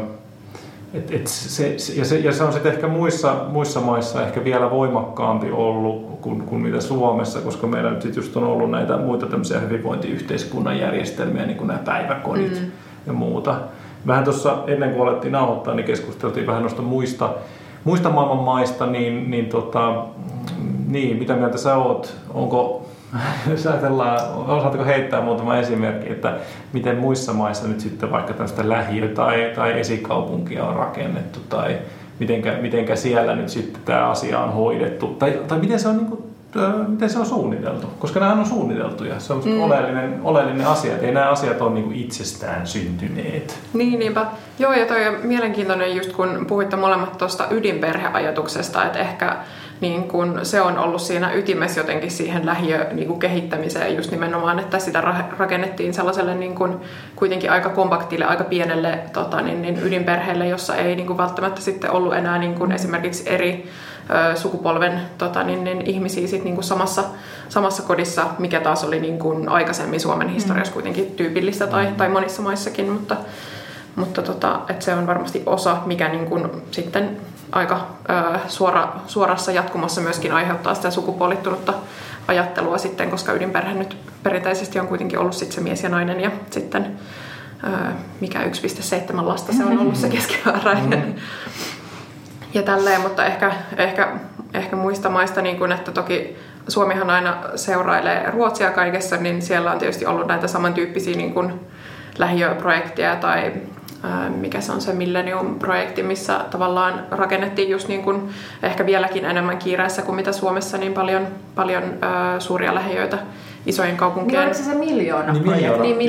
ja se on sitten ehkä muissa maissa ehkä vielä voimakkaampi ollut kuin mitä Suomessa, koska meillä nyt sit just on ollut näitä muita tämmöisiä hyvinvointiyhteiskunnan järjestelmiä, niin kuin nämä päiväkodit ja muuta. Vähän tuossa ennen kuin alettiin nauhoittaa, niin keskusteltiin vähän noista muista maailman maista, niin mitä mieltä sä oot? Onko, jos ajatellaan, osaatko heittää muutama esimerkki, että miten muissa maissa nyt sitten vaikka tämmöistä lähiö- tai esikaupunkia on rakennettu, tai mitenkä siellä nyt sitten tämä asia on hoidettu, tai miten se on miten se on suunniteltu, koska nämähän on suunniteltuja. Se on oleellinen asia, että ei nämä asiat ole niin kuin itsestään syntyneet. Niinpä. Joo, ja toi on mielenkiintoinen just kun puhuitte molemmat tuosta ydinperheajatuksesta, että ehkä niin kun se on ollut siinä ytimessä jotenkin siihen lähiökehittämiseen just nimenomaan, että sitä rakennettiin sellaiselle niin kun kuitenkin aika kompaktille, aika pienelle ydinperheelle, jossa ei niin kun välttämättä sitten ollut enää niin kun esimerkiksi eri sukupolven ihmisiä sit niin kun samassa kodissa, mikä taas oli niin kun aikaisemmin Suomen historiassa kuitenkin tyypillistä tai monissa maissakin, mutta että se on varmasti osa, mikä niin kun sitten aika suorassa jatkumossa myöskin aiheuttaa sitä sukupuolittunutta ajattelua sitten, koska ydinperhe nyt perinteisesti on kuitenkin ollut sit se mies ja nainen ja sitten mikä 1,7 lasta se on ollut se keskimääräinen. Ja tälleen, mutta ehkä muista maista, niin kun, että toki Suomihan aina seurailee Ruotsia kaikessa, niin siellä on tietysti ollut näitä samantyyppisiä niin kun lähiöprojekteja tai mikä se on se Millennium-projekti, missä tavallaan rakennettiin just niin kuin ehkä vieläkin enemmän kiireessä kuin mitä Suomessa, niin paljon suuria lähiöitä isojen kaupunkien. Oliko se Miljoona-projekti? Niin,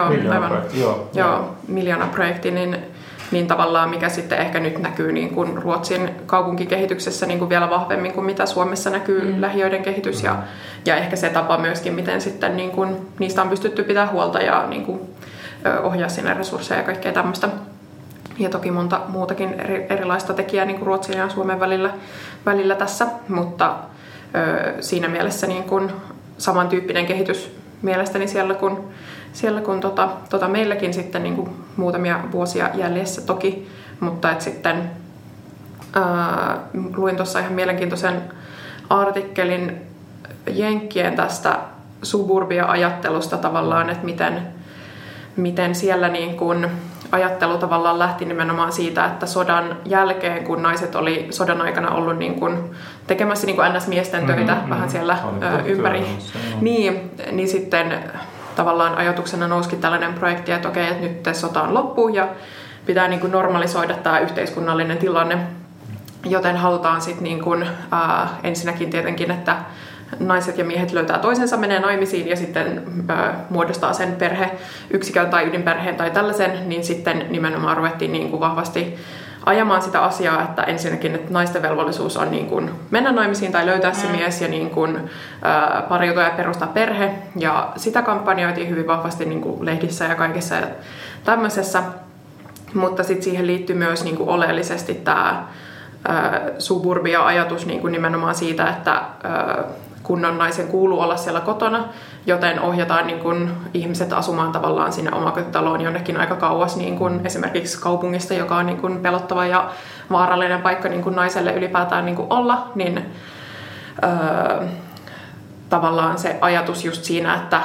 Miljoona-projekti, niin tavallaan mikä sitten ehkä nyt näkyy niin kuin Ruotsin kaupunkikehityksessä niin kuin vielä vahvemmin kuin mitä Suomessa näkyy lähiöiden kehitys ja ehkä se tapa myöskin, miten sitten niin kuin niistä on pystytty pitää huolta ja niin kuin ohjaa sinne resursseja ja kaikkea tämmöistä. Ja toki monta muutakin erilaista tekijää niin kuin Ruotsin ja Suomen välillä tässä, mutta siinä mielessä niin kuin samantyyppinen kehitys mielestäni siellä kun meilläkin sitten niin kuin muutamia vuosia jäljessä toki, mutta et sitten luin tuossa ihan mielenkiintoisen artikkelin Jenkkien tästä suburbia-ajattelusta tavallaan, että miten siellä niin kuin ajattelu tavallaan lähti nimenomaan siitä, että sodan jälkeen, kun naiset oli sodan aikana ollut niin kuin tekemässä niin kuin NS-miesten töitä vähän siellä ympäri, niin sitten tavallaan ajatuksena nousikin tällainen projekti, että okei, että nyt sota on loppu ja pitää niin kuin normalisoida tämä yhteiskunnallinen tilanne, joten halutaan sitten niin kuin, ensinnäkin tietenkin, että naiset ja miehet löytää toisensa, menee naimisiin ja sitten muodostaa sen perheyksikön tai ydinperheen tai tällaisen, niin sitten nimenomaan ruvettiin niin kuin vahvasti ajamaan sitä asiaa, että ensinnäkin että naisten velvollisuus on niin kuin mennä naimisiin tai löytää se mies ja niin kuin, pariutua ja perustaa perhe. Ja sitä kampanjoitiin hyvin vahvasti niin kuin lehdissä ja kaikessa ja tämmöisessä. Mutta sitten siihen liittyy myös niin kuin oleellisesti tämä suburbia-ajatus niin kuin nimenomaan siitä, että kunnon naisen kuuluu olla siellä kotona, joten ohjataan niin kuin ihmiset asumaan tavallaan sinne omakotitaloon jonnekin aika kauas, niin kuin esimerkiksi kaupungista, joka on niin kuin pelottava ja vaarallinen paikka niin kuin naiselle ylipäätään niin kuin olla, niin tavallaan se ajatus just siinä, että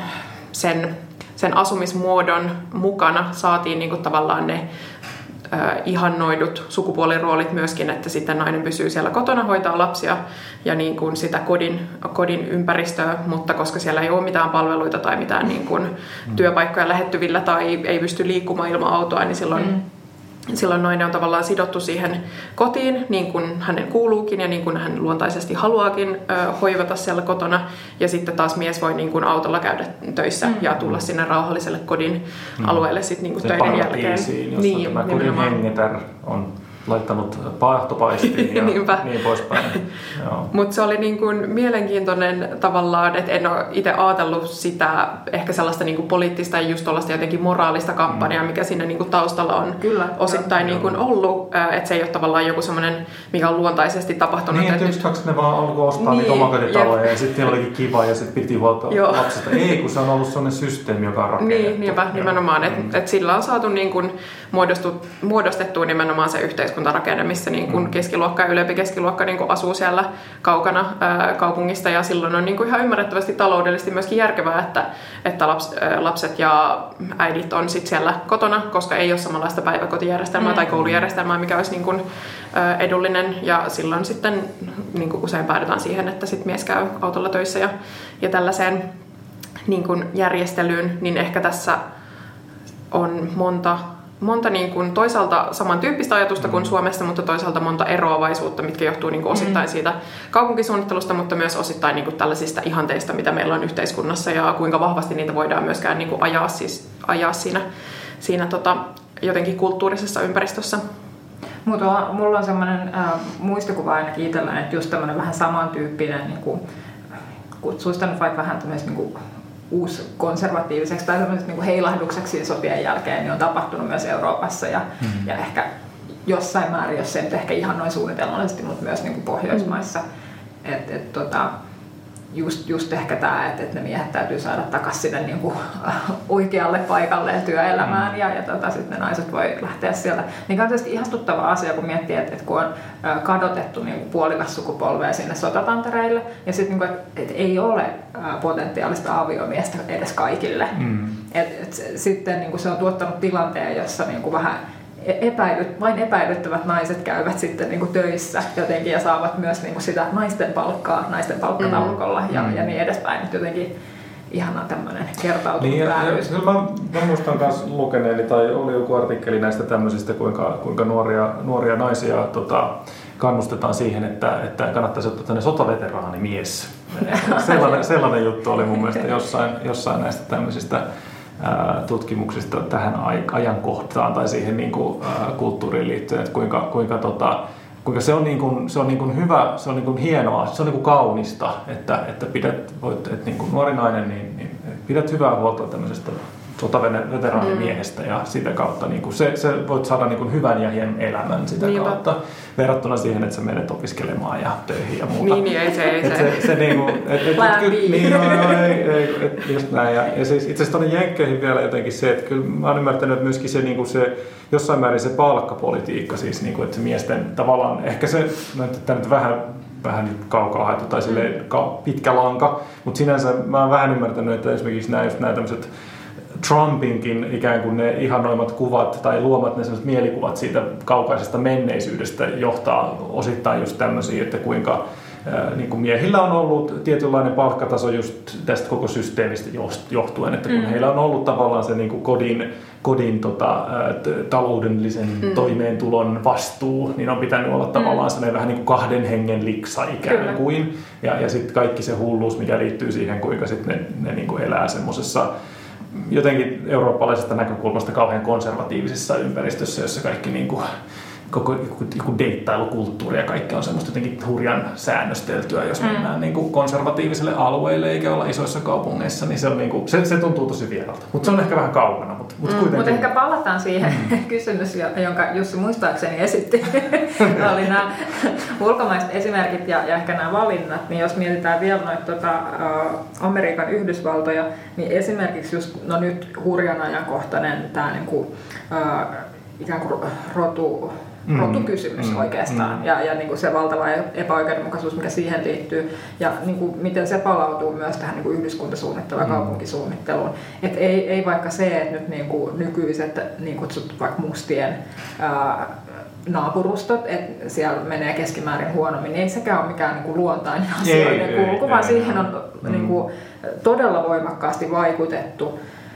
sen asumismuodon mukana saatiin niin kuin tavallaan ne ihannoidut sukupuoliroolit myöskin, että sitten nainen pysyy siellä kotona, hoitaa lapsia ja niin kuin sitä kodin ympäristöä, mutta koska siellä ei ole mitään palveluita tai mitään niin kuin työpaikkoja lähettyvillä tai ei pysty liikkumaan ilman autoa, niin silloin nainen on tavallaan sidottu siihen kotiin, niin kuin hänen kuuluukin ja niin kuin hän luontaisesti haluaakin hoivata siellä kotona. Ja sitten taas mies voi niin kuin autolla käydä töissä ja tulla sinne rauhalliselle kodin alueelle sitten niin kuin töiden jälkeen. Niin, tämä kodin hengetär on laittanut paahtopaistiin ja niin poispäin. Mutta se oli niin kuin mielenkiintoinen tavallaan, että en ole itse ajatellut sitä ehkä sellaista niin kuin poliittista ja just tuollaista jotenkin moraalista kampanjaa, mikä siinä niin kuin taustalla on osittain niin kuin ollut. Että se ei ole tavallaan joku semmoinen, mikä on luontaisesti tapahtunut. Niin, että just ne vaan alkoi ostaa niitä omakotitaloja ja sitten olikin kiva ja sitten piti huolta lapsista. Ei, kun se on ollut sellainen systeemi, joka on rakennettu. Niin, niinpä, nimenomaan. Että sillä on saatu niin kuin muodostettua nimenomaan se yhteiskuntarakenne, missä niin kuin keskiluokka ja ylempi keskiluokka niin kuin asuu siellä kaukana kaupungista ja silloin on niin kuin ihan ymmärrettävästi taloudellisesti myöskin järkevää, että lapset ja äidit on sit siellä kotona, koska ei ole samanlaista päiväkotijärjestelmää tai koulujärjestelmää, mikä olisi niin kuin edullinen ja silloin sitten niin kuin usein päädytään siihen, että sit mies käy autolla töissä ja tällaiseen niin kuin järjestelyyn, niin ehkä tässä on monta niin kuin toisaalta samantyyppistä ajatusta kuin Suomessa, mutta toisaalta monta eroavaisuutta, mitkä johtuu niin kuin osittain siitä kaupunkisuunnittelusta, mutta myös osittain niin kuin tällaisista ihanteista, mitä meillä on yhteiskunnassa ja kuinka vahvasti niitä voidaan myöskään niin kuin ajaa siinä jotenkin kulttuurisessa ympäristössä. Mulla on semmoinen muistikuva ainakin itsellään, että just tämmöinen vähän samantyyppinen, niin kuin, kutsuisi nyt vaikka vähän tämmöistä niin kuin uuskonservatiiviseksi tai tämmöiseksi niin kuin heilahdukseksi sotien jälkeen, niin on tapahtunut myös Euroopassa ja jossain määrin, jos se nyt ehkä ihan noin suunnitelmallisesti, mutta myös niin kuin Pohjoismaissa. Just ehkä tämä, että ne miehet täytyy saada takaisin sinne niin kuin oikealle paikalle ja työelämään ja sitten ne naiset voi lähteä sieltä. Niin on tietysti ihastuttava asia, kun miettii, että kun on kadotettu niin puolikas sukupolvea sinne sotatantereille ja sitten niin että ei ole potentiaalista aviomiestä edes kaikille. Sitten niin se on tuottanut tilanteen, jossa niin vähän vain epäilyttävät naiset käyvät sitten niin kuin töissä jotenkin ja saavat myös niin kuin sitä naisten palkkataulukolla ja niin edespäin. Nyt jotenkin ihana tämmöinen kertautunut vääryys. Niin, mä muistan myös lukeneeni, tai oli joku artikkeli näistä tämmöisistä, kuinka nuoria naisia kannustetaan siihen, että kannattaisi ottaa tänne sotaveteraanimies. Sellainen juttu oli mun mielestä jossain näistä tämmöisistä tutkimuksista tähän ajankohtaan tai siihen niin kuin, kulttuuriin liittyen, että kuinka se on niin kuin hyvä, se on niin kuin hienoa, se on niin kuin kaunista, että niin kuin nuori nainen niin pidät hyvää huolta tämmöisestä sotaveteraanimiehestä ja sitä kautta niin kuin se voit saada niin kuin hyvän ja hienon elämän sitä kautta verrattuna siihen, että sä menet opiskelemaan ja töihin ja muuta. Niin ei se. Se niinku just näin ja siis itse asiassa tuonne Jenkkeihin vielä jotenkin se, että kyllä mä oon ymmärtänyt, että myöskin se niinku se jossain määrin se palkkapolitiikka siis niinku, että se miesten tavallaan ehkä se tämä nyt vähän kaukaa haettu tai silleen pitkä lanka, mutta sinänsä mä oon vähän ymmärtänyt, että esimerkiksi nämä tämmöiset Trumpinkin ikään kuin ne ihanoimat kuvat tai luomat ne sellaiset mielikuvat siitä kaukaisesta menneisyydestä johtaa osittain just tämmöisiä, että kuinka niin kuin miehillä on ollut tietynlainen palkkataso just tästä koko systeemistä johtuen, että kun heillä on ollut tavallaan se niin kuin kodin taloudellisen toimeentulon vastuu, niin on pitänyt olla tavallaan sellainen vähän niin kuin kahden hengen liksa ikään kuin. Ja sitten kaikki se hulluus, mikä liittyy siihen, kuinka sitten ne niin kuin elää semmoisessa jotenkin eurooppalaisesta näkökulmasta kauhean konservatiivisessa ympäristössä, jossa kaikki niin kuin koko deittailukulttuuri ja kaikki on semmoista jotenkin hurjan säännösteltyä, jos mennään niin kuin konservatiiviselle alueelle eikä olla isoissa kaupungeissa, niin se on niin kuin, se tuntuu tosi vieralta. Mutta se on ehkä vähän kaukana, mutta kuitenkin. Mutta ehkä palataan siihen kysymys, jonka Jussi muistaakseni esitti. Oli nämä ulkomaiset esimerkit ja ehkä nämä valinnat, niin jos mietitään vielä noita Amerikan Yhdysvaltoja, niin esimerkiksi just nyt hurjan ajankohtainen tämä niin kuin, ikään kuin rotukysymys oikeastaan ja niin kuin se valtava epäoikeudenmukaisuus, mikä siihen liittyy ja niin kuin miten se palautuu myös tähän niin kuin yhdyskuntasuunnitteluun ja kaupunkisuunnitteluun. Et ei vaikka se, että nyt niin kuin nykyiset niin kutsut vaikka mustien naapurustot, että siellä menee keskimäärin huonommin, niin ei sekään ole mikään niin kuin luontainen asioiden kulku, vaan siihen on niin kuin todella voimakkaasti vaikutettu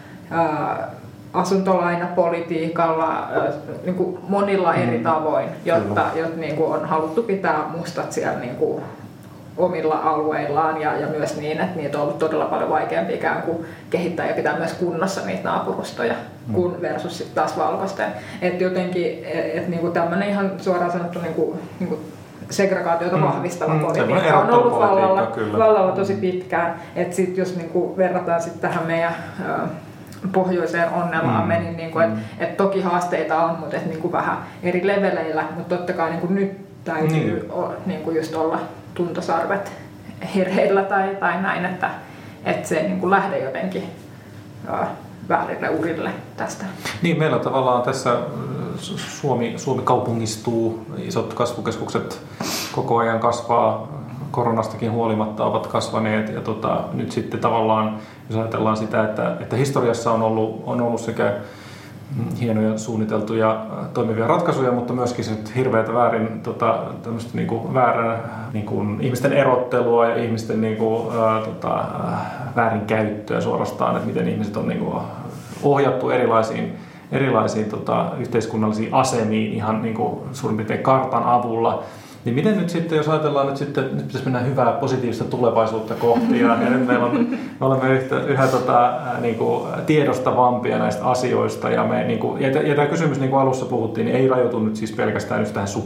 asuntolainapolitiikalla niin kuin monilla eri tavoin, jotta niin kuin on haluttu pitää mustat siellä niin kuin omilla alueillaan ja myös niin, että niitä on ollut todella paljon vaikeampi ikään kuin kehittää ja pitää myös kunnossa niitä naapurustoja kuin versus sitten taas valkoisten. Että jotenkin niin kuin tämmöinen ihan suoraan sanottu niin kuin segregaatiota vahvistava politiikka on ollut vallalla tosi pitkään. Että sitten jos niin kuin verrataan sit tähän meidän pohjoiseen onnelaamme, niin että toki haasteita on, mutta niin kuin vähän eri leveleillä, mutta totta kai niin kuin nyt täytyy niin kuin just olla tuntosarvet hereillä tai näin, että se niin kuin lähde jotenkin väärille urille tästä. Niin, meillä tavallaan tässä Suomi kaupungistuu, isot kasvukeskukset koko ajan kasvaa, koronastakin huolimatta ovat kasvaneet ja nyt sitten tavallaan, jos ajatellaan sitä, että historiassa on ollut sekä hienoja suunniteltuja toimivia ratkaisuja, mutta myöskin hirveätä tämmöistä niinku väärää niinku ihmisten erottelua ja ihmisten niinku, väärinkäyttöä suorastaan, että miten ihmiset on niinku ohjattu erilaisiin yhteiskunnallisiin asemiin ihan niinku suurin piirtein kartan avulla. Niin miten nyt sitten, jos ajatellaan nyt pitäisi mennä hyvää positiivista tulevaisuutta kohti ja nyt me olemme yhä niinku tiedostavampia näistä asioista ja tämä kysymys, niin kuin alussa puhuttiin, niin ei rajoitu nyt siis pelkästään nyt tähän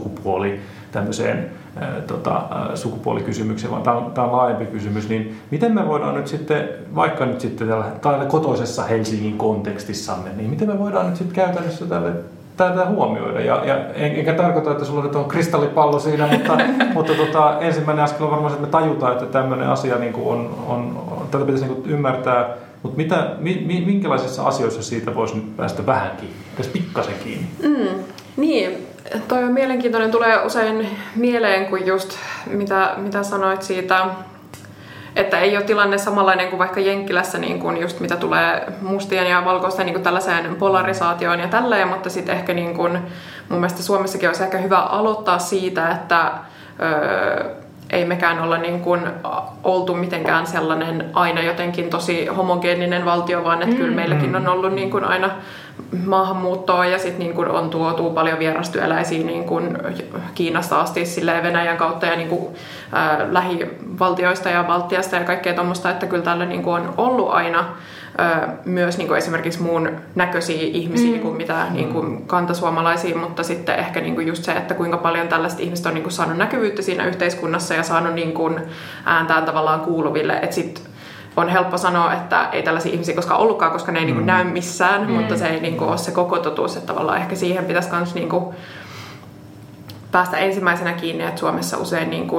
sukupuolikysymykseen, vaan tämä on laajempi kysymys, niin miten me voidaan nyt sitten, vaikka nyt sitten täällä kotoisessa Helsingin kontekstissamme, niin miten me voidaan nyt sitten käytännössä tätä huomioida. Enkä tarkoita, että sulla nyt on kristallipallo siinä, mutta ensimmäinen askel on varmaan, että me tajutaan, että tämmöinen asia niin kuin tätä pitäisi niin kuin ymmärtää, mutta minkälaisissa asioissa siitä voisi nyt päästä vähän kiinni, pikkasen kiinni? Niin, toi on mielenkiintoinen, tulee usein mieleen kuin just mitä sanoit siitä, että ei ole tilanne samanlainen kuin vaikka Jenkkilässä, niin kuin just mitä tulee mustien ja valkoisten niin kuin tällaiseen polarisaatioon ja tälleen, mutta sitten ehkä niin kuin, mun mielestä Suomessakin olisi ehkä hyvä aloittaa siitä, että ei mekään olla niin kuin oltu mitenkään sellainen aina jotenkin tosi homogeeninen valtio, vaan että kyllä meilläkin on ollut niin kuin aina maahanmuuttoa ja sitten niin kuin on tuotu paljon vierastyöläisiä niin kuin Kiinasta asti silleen Venäjän kautta ja niin kuin, lähivaltioista ja Baltiasta ja kaikkea tuommoista, että kyllä täällä niin kuin on ollut aina myös niin kuin esimerkiksi muun näköisiä ihmisiä kuin mitä niin kuin kantasuomalaisia, mutta sitten ehkä niin kuin just se, että kuinka paljon tällaiset ihmiset on niin kuin saanut näkyvyyttä siinä yhteiskunnassa ja saanut niin kuin ääntään tavallaan kuuluville, että sitten on helppo sanoa, että ei tällaisia ihmisiä koskaan ollutkaan, koska ne ei niin kuin näy missään, mutta se ei niin kuin ole se koko totuus, että tavallaan ehkä siihen pitäisi myös niin kuin päästä ensimmäisenä kiinni, että Suomessa usein niin kuin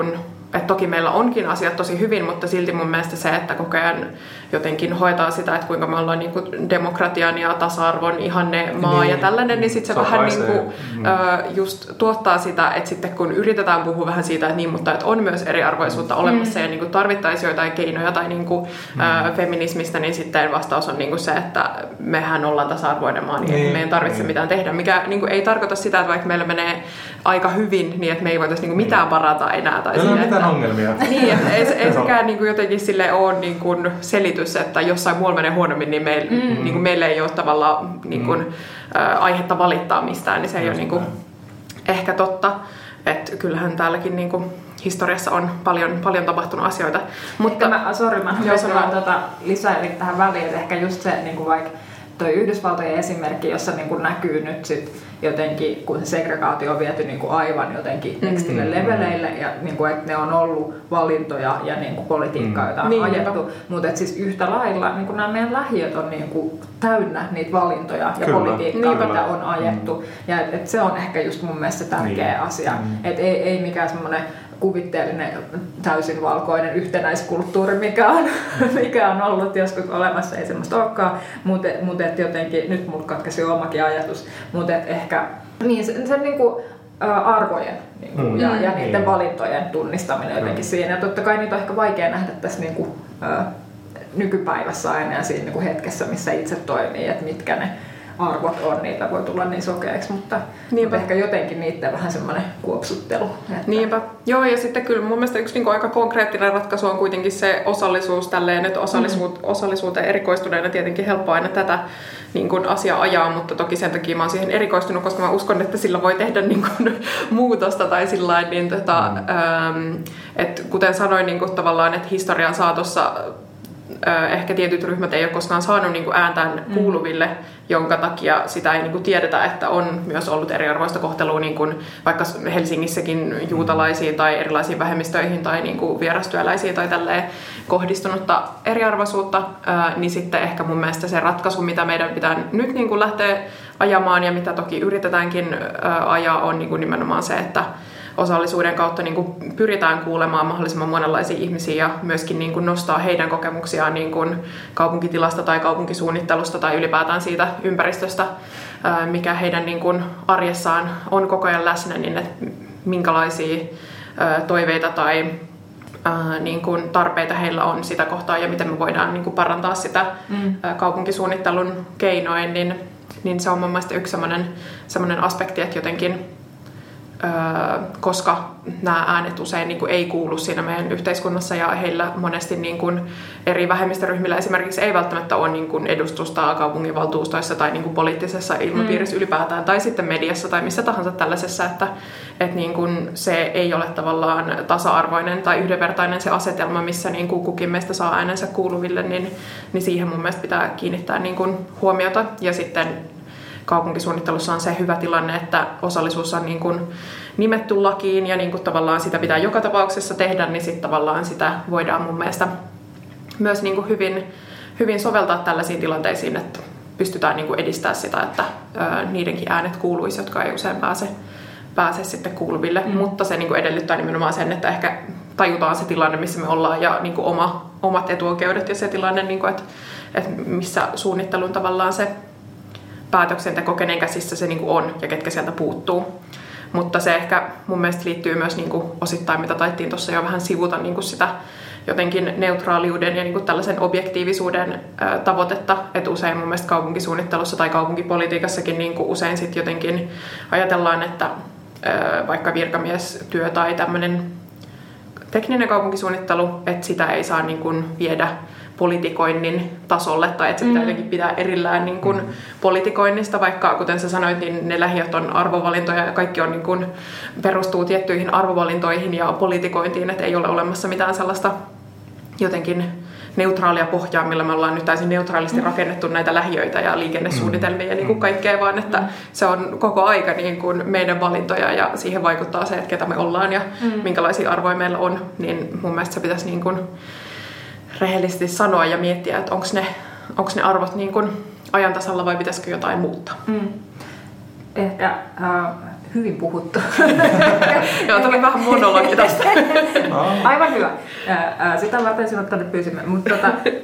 että toki meillä onkin asiat tosi hyvin, mutta silti mun mielestä se, että koko ajan jotenkin hoitaa sitä, että kuinka me ollaan niin kuin demokratian ja tasa-arvon ihanne maa ja tällainen, niin sitten se vähän niin kuin, just tuottaa sitä, että sitten kun yritetään puhua vähän siitä, että niin, mutta että on myös eriarvoisuutta olemassa ja niin kuin tarvittaisiin jotain keinoja tai niin kuin, feminismistä, niin sitten vastaus on niin kuin se, että mehän ollaan tasa-arvoinen maa, niin meidän ei tarvitse mitään tehdä, mikä niin kuin ei tarkoita sitä, että vaikka meillä menee aika hyvin, niin että me ei voitaisiin niin kuin mitään parantaa enää. Tai ei ole mitään ongelmia. Niin, että ei sekään niin kuin jotenkin sille ole niin kuin selitys, että jossain muualla menee huonommin, niin niin kuin meillä ei ole tavallaan niin kuin, aihetta valittaa mistään, niin se ei ole niin kuin ehkä totta. Että kyllähän täälläkin niin kuin historiassa on paljon tapahtunut asioita. Mutta mä lisäilin tähän väliin, että ehkä just se niin kuin vaikka toi Yhdysvaltojen esimerkki, jossa niin kuin näkyy nyt sit jotenkin, kun se segregaatio on viety niin kuin aivan jotenkin nextille leveleille, ja niin kuin, että ne on ollut valintoja ja niin kuin politiikkaa, joita on ajettu. Mutta siis yhtä lailla niin kuin nämä meidän lähiöt on niin kuin täynnä niitä valintoja ja politiikkaa, mitä on ajettu. Ja et se on ehkä just mun mielestä tärkeä asia. Että ei mikään semmoinen kuvitteellinen täysin valkoinen yhtenäiskulttuuri, mikä on ollut joskus olemassa, ei semmoista olekaan, mutta jotenkin, nyt mulla katkaisi omakin ajatus, mutta ehkä niin se niinku, arvojen niinku, ja niiden valintojen tunnistaminen jotenkin siinä. Ja totta kai niitä on ehkä vaikea nähdä tässä niinku, nykypäivässä aina ja siinä niinku hetkessä, missä itse toimii, että mitkä ne arvot on, niitä voi tulla niin sokeiksi, mutta ehkä jotenkin niiden vähän semmoinen kuopsuttelu. Että... Niinpä. Joo, ja sitten kyllä mun mielestä yksi niin aika konkreettinen ratkaisu on kuitenkin se osallisuus tälleen, että osallisuuteen erikoistuneena tietenkin helppo aina tätä niin kuin asiaa ajaa, mutta toki sen takia mä oon siihen erikoistunut, koska mä uskon, että sillä voi tehdä niin kuin muutosta tai sillain, niin että kuten sanoin niin kuin tavallaan, että historian saatossa ehkä tietyt ryhmät ei ole koskaan saanut niin kuin ääntään kuuluville, jonka takia sitä ei niin kuin tiedetä, että on myös ollut eriarvoista kohtelua niin kuin vaikka Helsingissäkin juutalaisiin tai erilaisiin vähemmistöihin tai niin kuin vierastyöläisiin tai tälleen kohdistunutta eriarvoisuutta, niin sitten ehkä mun mielestä se ratkaisu, mitä meidän pitää nyt niin kuin lähteä ajamaan ja mitä toki yritetäänkin ajaa, on niin kuin nimenomaan se, että osallisuuden kautta niin kuin pyritään kuulemaan mahdollisimman monenlaisia ihmisiä ja myöskin niin kuin nostaa heidän kokemuksiaan niin kuin kaupunkitilasta tai kaupunkisuunnittelusta tai ylipäätään siitä ympäristöstä, mikä heidän niin kuin arjessaan on koko ajan läsnä, niin että minkälaisia toiveita tai niin kuin tarpeita heillä on sitä kohtaa ja miten me voidaan niin kuin parantaa sitä kaupunkisuunnittelun keinoin, niin se on mun mielestä yksi sellainen aspekti, että jotenkin koska nämä äänet usein niin kuin ei kuulu siinä meidän yhteiskunnassa ja heillä monesti niin kuin eri vähemmistöryhmillä esimerkiksi ei välttämättä ole niin kuin edustusta kaupunginvaltuustoissa tai niin kuin poliittisessa ilmapiirissä ylipäätään tai sitten mediassa tai missä tahansa tällaisessa, että niin kuin se ei ole tavallaan tasa-arvoinen tai yhdenvertainen se asetelma, missä niin kuin kukin meistä saa äänensä kuuluville, niin siihen mun mielestä pitää kiinnittää niin kuin huomiota ja sitten kaupunkisuunnittelussa on se hyvä tilanne, että osallisuus on niin kuin nimetty lakiin ja niin kuin tavallaan sitä pitää joka tapauksessa tehdä, niin sitten tavallaan sitä voidaan mun mielestä myös niin kuin hyvin soveltaa tällaisiin tilanteisiin, että pystytään niin kuin edistämään sitä, että niidenkin äänet kuuluisi, jotka ei usein pääse sitten kuuluville, mutta se niin kuin edellyttää nimenomaan sen, että ehkä tajutaan se tilanne, missä me ollaan ja niin kuin omat etuoikeudet ja se tilanne, niin kuin, että missä suunnittelun tavallaan se päätöksenteko, kenen käsissä se niin kuin on ja ketkä sieltä puuttuu. Mutta se ehkä mun mielestä liittyy myös niin kuin osittain, mitä taittiin tuossa jo vähän sivuta niin kuin sitä jotenkin neutraaliuden ja niin kuin tällaisen objektiivisuuden tavoitetta. Että usein mun mielestä kaupunkisuunnittelussa tai kaupunkipolitiikassakin niin kuin usein sit jotenkin ajatellaan, että vaikka virkamiestyö tai tämmöinen tekninen kaupunkisuunnittelu, että sitä ei saa niin kuin viedä politikoinnin tasolle, tai että se pitää jotenkin pitää erillään niin kuin politikoinnista, vaikka kuten sä sanoit, niin ne lähiöt on arvovalintoja ja kaikki on niin kuin, perustuu tiettyihin arvovalintoihin ja politikointiin, että ei ole olemassa mitään sellaista jotenkin neutraalia pohjaa, millä me ollaan nyt täysin neutraalisti rakennettu näitä lähiöitä ja liikennesuunnitelmia ja niin kuin kaikkea, vaan että se on koko aika niin kuin meidän valintoja ja siihen vaikuttaa se, että ketä me ollaan ja minkälaisia arvoja meillä on, niin mun mielestä se pitäisi niin kuin rehellisesti sanoa ja miettiä, että onko ne arvot niin kuin ajan tasalla vai pitäisikö jotain muuttaa. Ehkä hyvin puhuttu. Joo, tuli vähän monologi tästä. Aivan hyvä. Sitä varten sinut tänne pyysimme. Mutta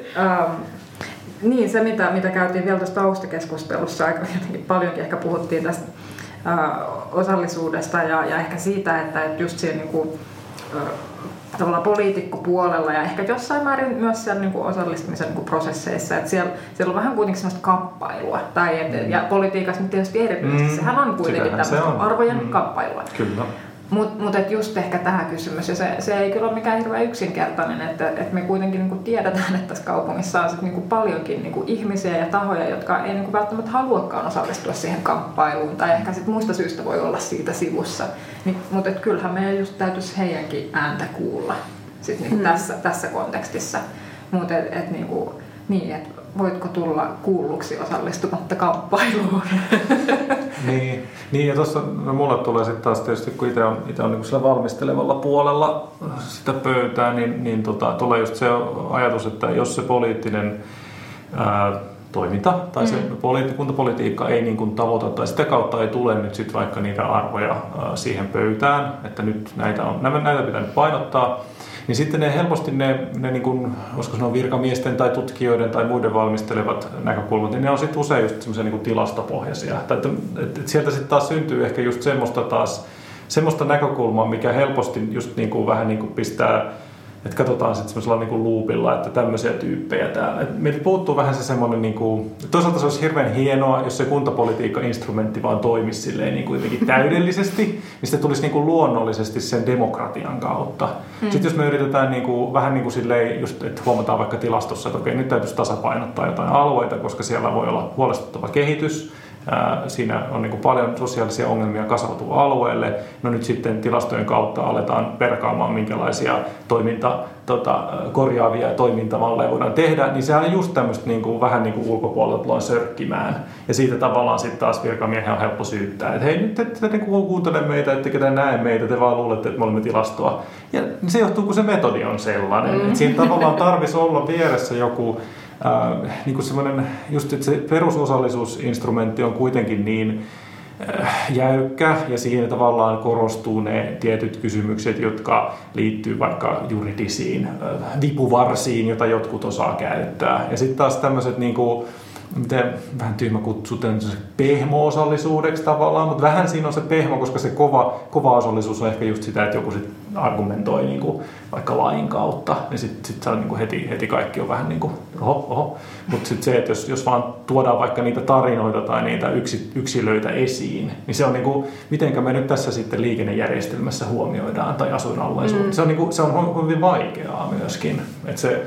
niin, se mitä käytiin vielä tuossa taustakeskustelussa, aika jotenkin paljonkin ehkä puhuttiin tästä osallisuudesta ja ehkä siitä, että just siinä niin kuin, tavallaan poliitikkopuolella ja ehkä jossain määrin myös siellä niin kuin osallistumisen niin kuin prosesseissa, että siellä on vähän kuitenkin sellaista kamppailua, ja politiikassa nyt tietysti erityisesti, sehän on kuitenkin tämmöistä arvojen kamppailua. Kyllä. Mutta just ehkä tähän kysymys, ja se ei kyllä ole mikään hirveän yksinkertainen, että me kuitenkin niinku tiedetään, että tässä kaupungissa on niinku paljonkin niinku ihmisiä ja tahoja, jotka ei niinku välttämättä haluakaan osallistua siihen kamppailuun, tai ehkä sit muista syistä voi olla siitä sivussa. Mutta kyllähän meidän just täytyisi heidänkin ääntä kuulla sit niinku tässä kontekstissa. Mutta niinku, niin, et voitko tulla kuulluksi osallistumatta kamppailuun? Niin ja tuossa mulle tulee sitten taas tietysti, kun itse on niin sillä valmistelevalla puolella sitä pöytää, niin tulee just se ajatus, että jos se poliittinen toiminta tai se kuntapolitiikka ei niin kuin tavoita tai sitä kautta ei tule nyt sitten vaikka niitä arvoja siihen pöytään, että nyt näitä pitää nyt painottaa, niin sitten ne helposti ne niin kuin, olisiko sanoa virkamiesten tai tutkijoiden tai muiden valmistelevat näkökulmat, niin ne on sitten usein just semmoisia niin kuin tilastopohjaisia. Että sieltä sitten taas syntyy ehkä just semmoista näkökulmaa, mikä helposti just niin kuin vähän niin kuin pistää, että katsotaan sitten semmoisella niin kuin loopilla, että tämmöisiä tyyppejä täällä. Meiltä puuttuu vähän se semmoinen, niin kuin, toisaalta se olisi hirveän hienoa, jos se kuntapolitiikka-instrumentti vaan toimisi silleen niin kuin jotenkin täydellisesti, niin se tulisi niin kuin luonnollisesti sen demokratian kautta. Sitten jos me yritetään niin kuin, vähän niin kuin silleen, just, että huomataan vaikka tilastossa, että okei, nyt täytyisi tasapainottaa jotain alueita, koska siellä voi olla huolestuttava kehitys, siinä on niin kuin paljon sosiaalisia ongelmia kasautuu alueelle. No nyt sitten tilastojen kautta aletaan perkaamaan, minkälaisia korjaavia toimintamalleja voidaan tehdä, niin sehän on just tämmöistä niin kuin, vähän niin kuin ulkopuolelta tullaan sörkkimään. Ja siitä tavallaan sitten taas virkamiehen on helppo syyttää, että hei, nyt te niin kuuntele meitä, ettekä te näe meitä, te vaan luulette, että me olemme tilastoa. Ja se johtuu, kun se metodi on sellainen. Että siinä tavallaan tarvitsisi olla vieressä joku niin kuin semmoinen, just että se perusosallisuusinstrumentti on kuitenkin niin jäykkä ja siihen tavallaan korostuu ne tietyt kysymykset, jotka liittyy vaikka juridisiin vipuvarsiin, jota jotkut osaa käyttää. Ja sitten taas tämmöiset niin kuin, miten vähän tyhmä kutsuu pehmo-osallisuudeksi tavallaan, mutta vähän siinä on se pehmo, koska se kova osallisuus on ehkä just sitä, että joku sit argumentoi niin kuin vaikka lain kautta, niin sitten se on niin kuin heti kaikki on vähän niin kuin oho. Mutta sitten se, että jos vaan tuodaan vaikka niitä tarinoita tai niitä yksilöitä esiin, niin se on niin kuin, mitenkä me nyt tässä sitten liikennejärjestelmässä huomioidaan tai asuinalueen suhteen. Se on hyvin vaikeaa myöskin, että se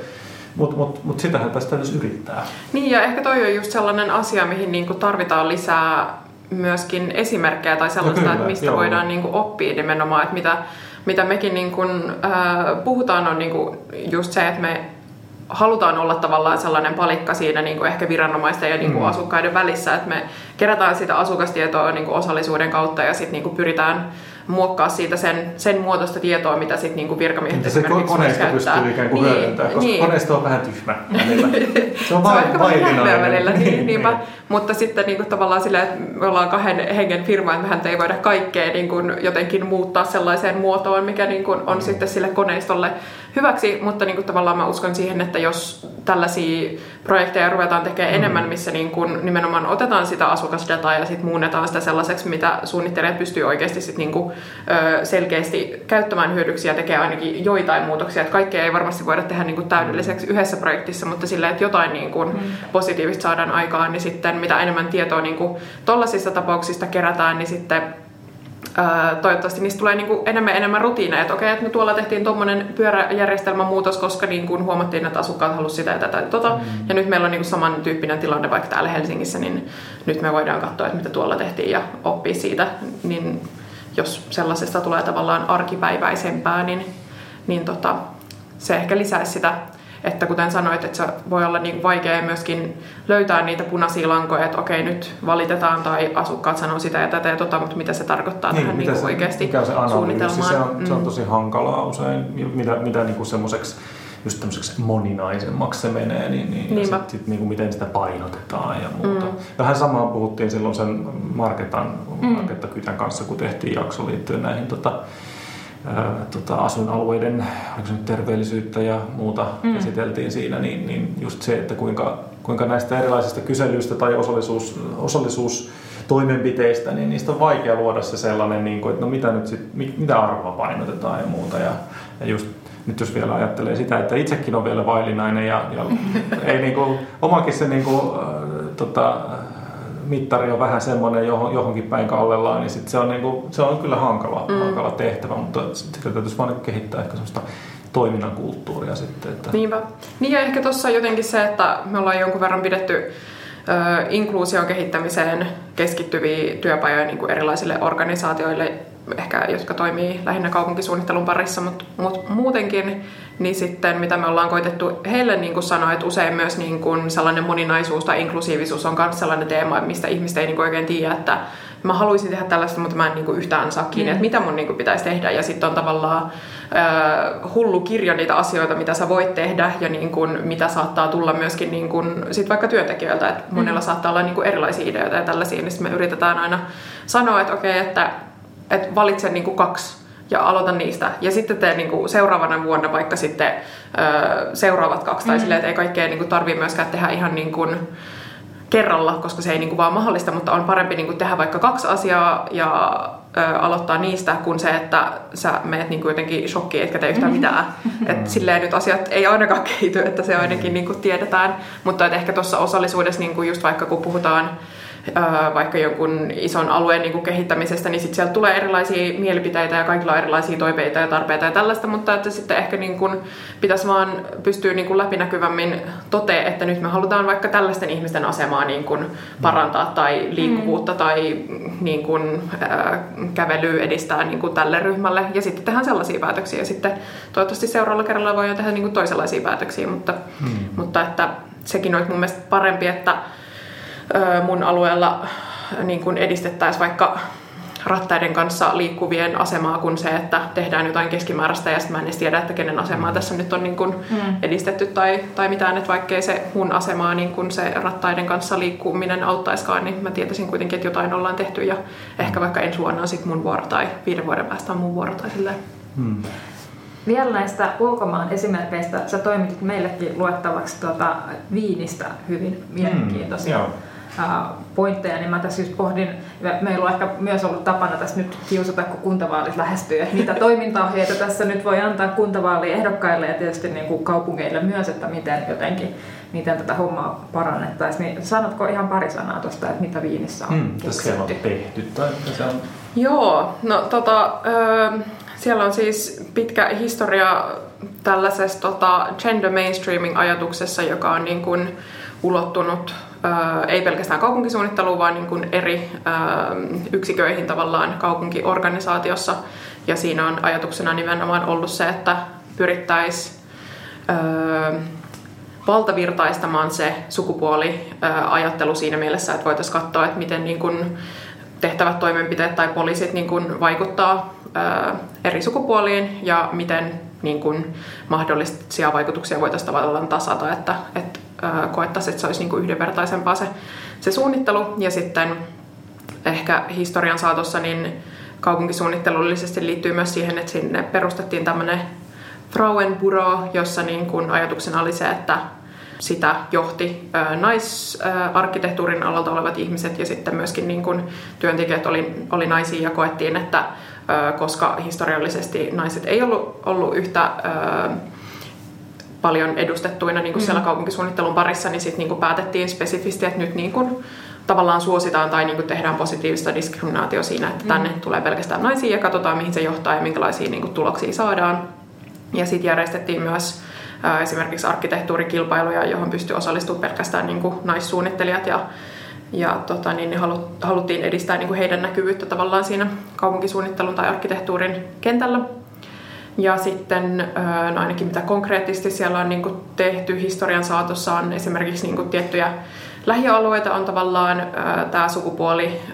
Mutta sitähän tästä täytyisi yrittää. Niin, ja ehkä toi on just sellainen asia, mihin niinku tarvitaan lisää myöskin esimerkkejä tai sellaista, että mistä voidaan niinku oppia nimenomaan, että mitä mekin niinku, puhutaan on niinku just se, että me halutaan olla tavallaan sellainen palikka siinä niinku ehkä viranomaisten ja niinku asukkaiden välissä, että me kerätään sitä asukastietoa niinku osallisuuden kautta ja sitten niinku pyritään muokkaa siitä sen muotoista tietoa, mitä sitten niinku virkamiehet esimerkiksi koneisto pystyy ikään kuin hyödyntämään, koska koneisto on vähän tyhmä välillä. Se on vaillinainen välillä, niinpä. Mutta sitten niinku tavallaan silleen, että me ollaan 2 hengen firma, että mehän ei voida kaikkea niinku jotenkin muuttaa sellaiseen muotoon, mikä niinku on sitten sille koneistolle hyväksi, mutta niinku tavallaan mä uskon siihen, että jos tällaisia projekteja ruvetaan tekemään enemmän, missä niinku nimenomaan otetaan sitä asukasdataa ja sitten muunnetaan sitä sellaiseksi, mitä suunnittelijat pystyy oikeasti sit niinku selkeästi käyttämään hyödyksi ja tekee ainakin joitain muutoksia. Että kaikkea ei varmasti voida tehdä niinku täydelliseksi yhdessä projektissa, mutta sillä, että jotain niinku positiivista saadaan aikaan, niin sitten mitä enemmän tietoa niinku tollaisista tapauksista kerätään, niin sitten toivottavasti niistä tulee niinku enemmän rutiineja, että okei, että me tuolla tehtiin tuommoinen pyöräjärjestelmän muutos, koska niinku huomattiin, että asukkaat halusivat sitä ja tätä ja nyt meillä on niinku samantyyppinen tilanne vaikka täällä Helsingissä, niin nyt me voidaan katsoa, että mitä tuolla tehtiin ja oppia siitä, niin jos sellaisesta tulee tavallaan arkipäiväisempää, niin se ehkä lisäisi sitä, että kuten sanoit, että se voi olla niin vaikea myöskin löytää niitä punaisia lankoja, että okei, nyt valitetaan tai asukkaat sanoo sitä ja tätä ja mutta mitä se tarkoittaa tähän niin oikeasti mikä on se suunnitelmaan. Se on tosi hankalaa usein, mitä niin kuin semmoiseksi just tämmöiseksi moninaisemmaksi se menee, niin sit niin kuin miten sitä painotetaan ja muuta. Vähän samaa puhuttiin silloin sen Marketta Kytän kanssa, kun tehtiin jakso liittyen näihin asuinalueiden terveellisyyttä ja muuta käsiteltiin siinä, niin just se, että kuinka näistä erilaisista kyselyistä tai osallisuustoimenpiteistä, niin niistä on vaikea luoda se sellainen, niin kuin, että no mitä arvoa painotetaan ja muuta. Ja just nyt jos vielä ajattelee sitä, että itsekin on vielä vaillinainen ja ei niin kuin, omakin se niin kuin, mittari on vähän semmoinen johonkin päin kallellaan, niin sit se on kyllä hankala tehtävä, mutta sitä täytyisi vaan kehittää ehkä semmoista toiminnan kulttuuria sitten. Että... Niinpä. Niin ja ehkä tuossa jotenkin se, että me ollaan jonkun verran pidetty inkluusion kehittämiseen keskittyviä työpajoja niin kuin erilaisille organisaatioille, ehkä jotka toimii lähinnä kaupunkisuunnittelun parissa, mutta muutenkin, niin sitten mitä me ollaan koitettu heille niin kuin sanoa, että usein myös niin kuin sellainen moninaisuus tai inklusiivisuus on myös sellainen teema, mistä ihmiset ei niin kuin oikein tiedä, että mä haluaisin tehdä tällaista, mutta mä en niin kuin yhtään saa kiinni, että mitä mun niin kuin pitäisi tehdä. Ja sitten on tavallaan hullu kirjo niitä asioita, mitä sä voit tehdä ja niin kuin, mitä saattaa tulla myöskin niin kuin, sit vaikka työntekijöiltä. Että monella saattaa olla niin kuin erilaisia ideoita ja tällaisia, niin sitten me yritetään aina sanoa, että okei, että valitse niin kuin 2 ja aloita niistä. Ja sitten tee niin kuin seuraavana vuonna vaikka sitten seuraavat 2. Tai silleen, että ei kaikkea niin kuin tarvitse myöskään tehdä ihan niin kuin kerralla, koska se ei niin kuin vaan mahdollista, mutta on parempi niin kuin tehdä vaikka 2 asiaa ja aloittaa niistä, kuin se, että sä meet niin kuin jotenkin shokkiin, etkä tee yhtään mitään. Että silleen nyt asiat ei ainakaan kehity, että se ainakin niin kuin tiedetään. Mutta että ehkä tuossa osallisuudessa, niin kuin just vaikka kun puhutaan vaikka jonkun ison alueen niin kuin kehittämisestä, niin sitten sieltä tulee erilaisia mielipiteitä ja kaikilla on erilaisia toiveita ja tarpeita ja tällaista, mutta että sitten ehkä niin kuin pitäisi vaan pystyä niin kuin läpinäkyvämmin toteamaan, että nyt me halutaan vaikka tällaisten ihmisten asemaa niin kuin parantaa tai liikkuvuutta tai niin kuin, kävelyä edistää niin kuin tälle ryhmälle ja sitten tehdään sellaisia päätöksiä ja sitten toivottavasti seuraavalla kerralla voidaan tehdä niin kuin toisenlaisia päätöksiä, mutta että sekin olisi mun mielestä parempi, että mun alueella niin kuin edistettäisiin vaikka rattaiden kanssa liikkuvien asemaa kuin se, että tehdään jotain keskimääräistä ja sitten mä en edes tiedä, että kenen asemaa tässä nyt on niin kuin edistetty tai mitään, että vaikkei se mun asemaa niin kuin se rattaiden kanssa liikkuminen auttaiskaan, niin mä tietäisin kuitenkin, että jotain ollaan tehty ja ehkä vaikka ensi vuonna on sitten mun vuoro tai 5 vuoden päästä on mun vuoro tai silleen. Vielä näistä ulkomaan esimerkkeistä sä toimitit meillekin luettavaksi Viinistä hyvin mielenkiintoisia pointteja, niin mä tässä just pohdin, meillä on ehkä myös ollut tapana tässä nyt kiusata, kun kuntavaalit lähestyy, että mitä toimintaohjeita tässä nyt voi antaa kuntavaaliehdokkaille ja tietysti niin kuin kaupungeille myös, että miten tätä hommaa parannettaisiin. Niin sanotko ihan pari sanaa tuosta, että mitä Viinissä on siellä on tehty tai mitä se on? Joo, no siellä on siis pitkä historia tällaisessa gender mainstreaming-ajatuksessa, joka on niin kuin ulottunut ei pelkästään kaupunkisuunnitteluun, vaan niin kuin eri yksiköihin tavallaan kaupunkiorganisaatiossa. Ja siinä on ajatuksena nimenomaan ollut se, että pyrittäisiin valtavirtaistamaan se sukupuoliajattelu siinä mielessä, että voitaisiin katsoa, että miten niin kuin tehtävät toimenpiteet tai poliisit niin kuin vaikuttaa eri sukupuoliin ja miten niin kuin mahdollisia vaikutuksia voitaisiin tavallaan tasata, että koettaisiin, että se olisi niin kuin yhdenvertaisempaa se suunnittelu. Ja sitten ehkä historian saatossa niin kaupunkisuunnittelullisesti liittyy myös siihen, että sinne perustettiin tämmöinen Frauenbüro, jossa niin kuin ajatuksena oli se, että sitä johti naisarkkitehtuurin alalta olevat ihmiset ja sitten myöskin niin kuin työntekijät oli naisia ja koettiin, että koska historiallisesti naiset ei ollut yhtä paljon edustettuina niin kuin siellä kaupunkisuunnittelun parissa, niin sitten niin kuin päätettiin spesifisti, että nyt niin kuin tavallaan suositaan tai niin kuin tehdään positiivista diskriminaatio siinä, että tänne tulee pelkästään naisia ja katsotaan, mihin se johtaa ja minkälaisia niin kuin tuloksia saadaan. Ja sitten järjestettiin myös esimerkiksi arkkitehtuurikilpailuja, johon pystyi osallistumaan pelkästään niin kuin naissuunnittelijat ja niin haluttiin edistää niin kuin heidän näkyvyyttä tavallaan siinä kaupunkisuunnittelun tai arkkitehtuurin kentällä. Ja sitten ainakin mitä konkreettisesti siellä on niin kuin tehty historian saatossa on esimerkiksi niin kuin tiettyjä lähialueita on tavallaan tämä sukupuoliajattelu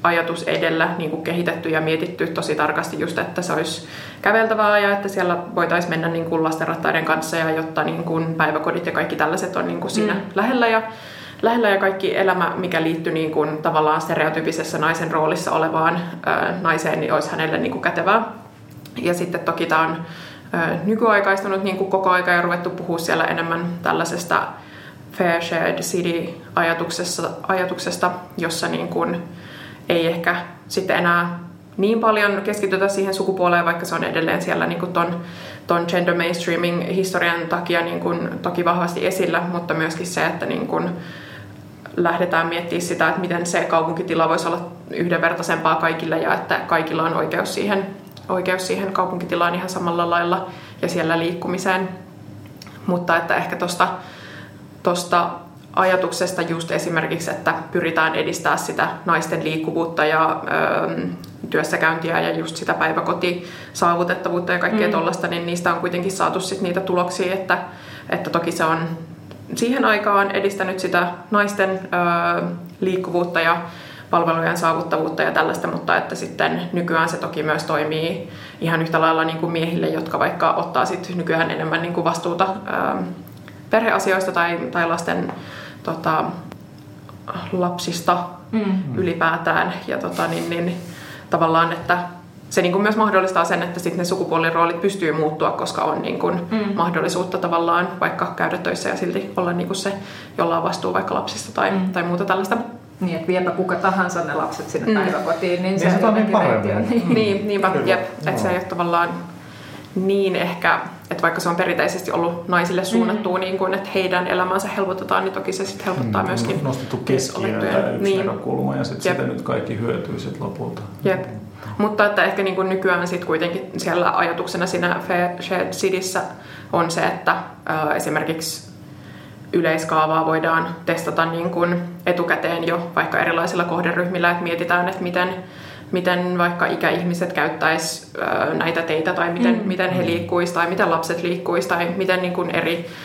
ajatus edellä niin kuin kehitetty ja mietitty tosi tarkasti just, että se olisi käveltävää ja että siellä voitaisiin mennä niin kuin lastenrattaiden kanssa ja jotta niin kuin päiväkodit ja kaikki tällaiset on niin kuin siinä lähellä ja kaikki elämä, mikä liittyy niin kuin tavallaan stereotypisessä naisen roolissa olevaan naiseen, niin olisi hänelle niin kuin kätevää. Ja sitten toki tämä on nykyaikaistunut niin kuin koko aika ja ruvettu puhua siellä enemmän tällaisesta Fair Shared City-ajatuksesta, jossa niin kuin ei ehkä sitten enää niin paljon keskitytä siihen sukupuoleen, vaikka se on edelleen siellä niin kuin ton gender mainstreaming historian takia niin kuin toki vahvasti esillä, mutta myöskin se, että niin kuin lähdetään miettimään sitä, että miten se kaupunkitila voisi olla yhdenvertaisempaa kaikille ja että kaikilla on oikeus siihen kaupunkitilaan ihan samalla lailla ja siellä liikkumiseen. Mutta että ehkä tuosta ajatuksesta just esimerkiksi, että pyritään edistämään sitä naisten liikkuvuutta ja työssäkäyntiä ja just sitä päiväkotisaavutettavuutta ja kaikkea tollaista, niin niistä on kuitenkin saatu sit niitä tuloksia, että toki se on siihen aikaan edistänyt sitä naisten liikkuvuutta ja palvelujen saavuttavuutta ja tällaista, mutta että sitten nykyään se toki myös toimii ihan yhtä lailla niin kuin miehille, jotka vaikka ottaa sitten nykyään enemmän niin kuin vastuuta perheasioista tai lasten lapsista ylipäätään. Ja tavallaan, että se niin kuin myös mahdollistaa sen, että sitten ne sukupuoliroolit pystyy muuttua, koska on niin kuin mahdollisuutta tavallaan vaikka käydä töissä ja silti olla niin kuin se, jolla on vastuu vaikka lapsista tai muuta tällaista. Niin, että viepä kuka tahansa ne lapset sinne päiväkotiin, niin se on niin paremmin. Niinpä, että se ei ole tavallaan niin ehkä, että vaikka se on perinteisesti ollut naisille suunnattua, niin kuin, että heidän elämänsä helpotetaan, niin toki se sitten helpottaa myöskin nostettu keskiöön tämä yksi näkökulma ja sitten sitä nyt kaikki hyötyy sitten lopulta. Jep. Mutta että ehkä niin kuin nykyään sitten kuitenkin siellä ajatuksena siinä Fair Shared Cityssä on se, että esimerkiksi yleiskaavaa voidaan testata niin kuin etukäteen jo vaikka erilaisilla kohderyhmillä, että mietitään, että miten vaikka ikäihmiset käyttäisi näitä teitä tai miten he liikkuisi tai miten lapset liikkuisi tai miten niin kuin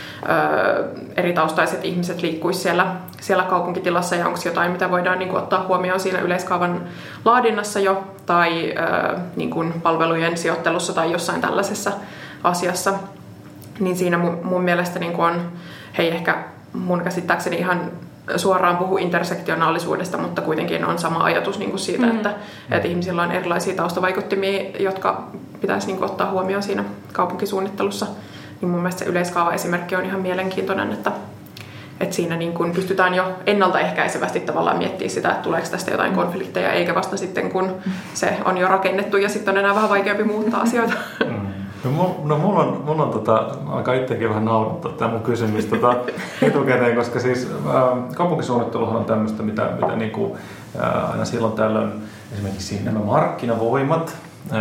eri taustaiset ihmiset liikkuisi siellä kaupunkitilassa ja onko jotain, mitä voidaan niin kuin ottaa huomioon siinä yleiskaavan laadinnassa jo tai niin kuin palvelujen sijoittelussa tai jossain tällaisessa asiassa. Niin siinä mun mielestä niin kuin on, he ei ehkä mun käsittääkseni ihan suoraan puhu intersektionaalisuudesta, mutta kuitenkin on sama ajatus niin kuin siitä, että ihmisillä on erilaisia taustavaikuttimia, jotka pitäisi niin kuin ottaa huomioon siinä kaupunkisuunnittelussa. Niin mun mielestä se yleiskaava-esimerkki on ihan mielenkiintoinen, että siinä niin kuin pystytään jo ennaltaehkäisevästi tavallaan miettimään sitä, että tuleeko tästä jotain konflikteja, eikä vasta sitten, kun se on jo rakennettu ja sitten on enää vähän vaikeampi muuttaa asioita. No mulla on alkaa itsekin vähän naurattaa tämä mun kysymys etukäteen, koska siis kaupunkisuunnitteluhan on tämmöistä, mitä niinku, aina silloin tällöin esimerkiksi nämä markkinavoimat,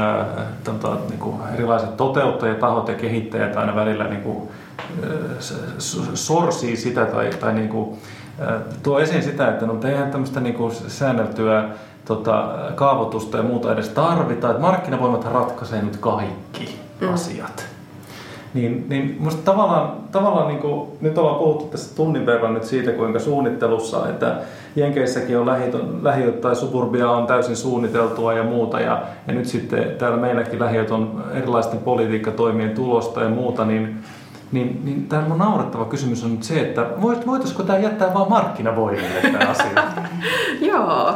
niinku erilaiset toteuttajatahot ja kehittäjät aina välillä niinku, sorsii sitä tai niinku, tuo esiin sitä, että no eihän tämmöistä niinku säänneltyä kaavoitusta ja muuta edes tarvitaan, että markkinavoimathan ratkaisee nyt kaikki asiat. Niin musta tavallaan niin kuin, nyt ollaan puhuttu tässä tunnin verran nyt siitä, kuinka suunnittelussa, että Jenkeissäkin on lähiöt tai suburbia on täysin suunniteltua ja muuta, ja nyt sitten täällä meilläkin lähiöt on erilaisten politiikkatoimien tulosta ja muuta, niin tämä mun naurettava kysymys on nyt se, että voitaisiko tämä jättää vaan markkinavoimille tämä asia? Joo.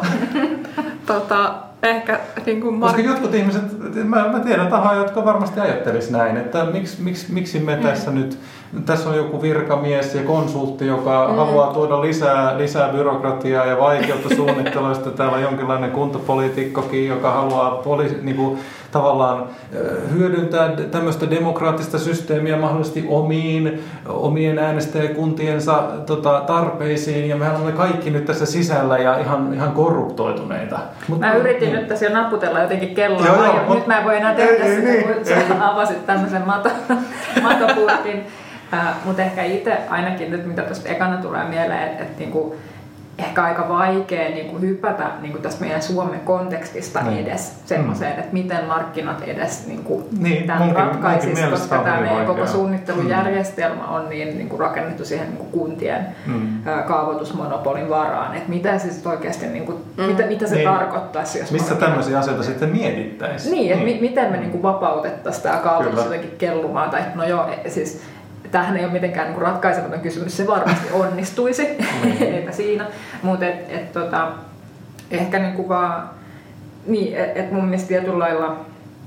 Ehkä niin kuin koska jotkut ihmiset, mä tiedän tahoja, jotka varmasti ajattelisi näin, että miksi me tässä on joku virkamies ja konsultti, joka haluaa tuoda lisää byrokratiaa ja vaikeutta suunnitteluista. Täällä on jonkinlainen kuntapoliitikkokin, joka haluaa tavallaan hyödyntää tämmöistä demokraattista systeemiä mahdollisesti omien äänestäjäkuntiensa tarpeisiin, ja me olemme kaikki nyt tässä sisällä ja ihan korruptoituneita. Mä yritin nyt tässä jo naputella jotenkin kelloa, nyt mä en voi enää tehdä sitä, kun sä avasit tämmöisen matopurkin. Mutta ehkä itse ainakin nyt, mitä tuosta ekana tulee mieleen, että niinku, ehkä aika vaikea niin kuin hypätä niin kuin tästä meidän Suomen kontekstista edes semmoiseen, että miten markkinat edes niin kuin tämän ratkaisisi, koska tämä meidän koko suunnittelujärjestelmä on niin kuin rakennettu siihen niin kuin kuntien kaavoitusmonopolin varaan, että mitä se sitten oikeasti, niin kuin, mitä se tarkoittaisi, jos missä tämmöisiä asioita sitten mietittäisiin? Niin, että miten me niin kuin vapautettaisiin tämä kaavoitus jotenkin kellumaan, tai no joo, siis tämähän ei ole mitenkään niin kuin ratkaisematon kysymys, se varmasti onnistuisi, eipä siinä, mutta ehkä niin kuin vaan, niin, että mun mielestä tietyllä lailla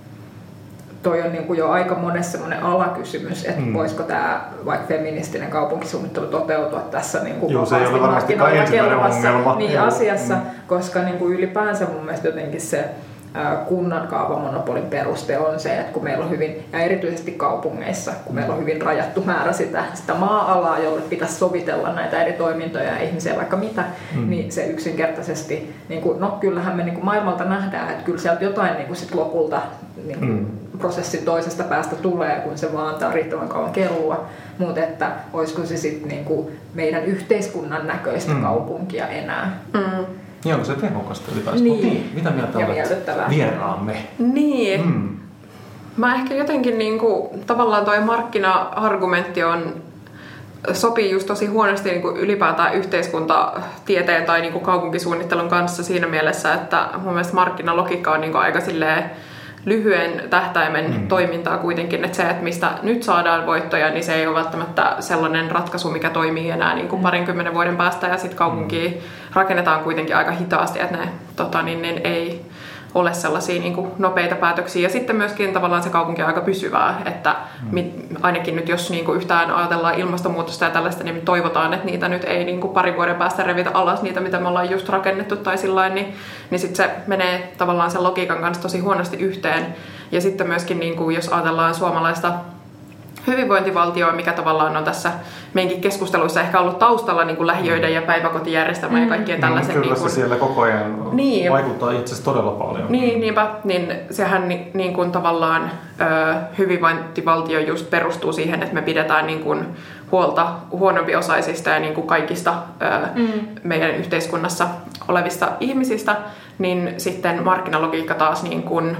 toi on niin kuin jo aika monessa semmoinen alakysymys, että voisiko tämä vaikka feministinen kaupunkisuunnittelu toteutua tässä niin kuin vapaasti markkinoilla kelpassa asiassa, koska niin kuin ylipäänsä mun mielestä jotenkin se kunnan kaavamonopolin peruste on se, että kun meillä on hyvin, ja erityisesti kaupungeissa, kun meillä on hyvin rajattu määrä sitä maa-alaa, jolle pitäisi sovitella näitä eri toimintoja ja ihmisiä vaikka mitä, niin se yksinkertaisesti, niin kuin, no kyllähän me niin kuin maailmalta nähdään, että kyllä sieltä jotain niin kuin sit lopulta niin prosessin toisesta päästä tulee, kun se vaan antaa riittävän kauan kellua, mutta että olisiko se sitten niin kuin meidän yhteiskunnan näköistä kaupunkia enää. Niin onko se tehokasta ylipäänsä? Niin. Mitä mieltä olet vieraamme? Niin. Mä ehkä jotenkin niinku, tavallaan toi markkina-argumentti sopii just tosi huonosti niinku ylipäätään yhteiskuntatieteen tai niinku kaupunkisuunnittelun kanssa siinä mielessä, että mun mielestä markkinalogiikka on niinku aika silleen lyhyen tähtäimen toimintaa kuitenkin, että se, että mistä nyt saadaan voittoja, niin se ei ole välttämättä sellainen ratkaisu, mikä toimii enää niin kuin 20 vuoden päästä, ja sitten kaupunkia rakennetaan kuitenkin aika hitaasti, että ne niin ei ole sellaisia niin kuin nopeita päätöksiä. Ja sitten myöskin tavallaan se kaupunki on aika pysyvää, että ainakin nyt jos niin kuin yhtään ajatellaan ilmastonmuutosta ja tällaista, niin toivotaan, että niitä nyt ei niin kuin 2 vuoden päästä revitä alas niitä, mitä me ollaan just rakennettu tai sillain, niin sitten se menee tavallaan sen logiikan kanssa tosi huonosti yhteen. Ja sitten myöskin niin kuin jos ajatellaan suomalaista hyvinvointivaltioa, mikä tavallaan on tässä meidänkin keskusteluissa ehkä ollut taustalla niin kuin lähiöiden ja päiväkotijärjestelmä ja kaikkien tällaisen. Kyllä se siellä koko ajan vaikuttaa itse asiassa todella paljon. Niinpä, niin sehän niin kuin tavallaan hyvinvointivaltio just perustuu siihen, että me pidetään niin kuin huolta huonompiosaisista ja niin kuin kaikista meidän yhteiskunnassa olevista ihmisistä, niin sitten markkinalogiikka taas niin kuin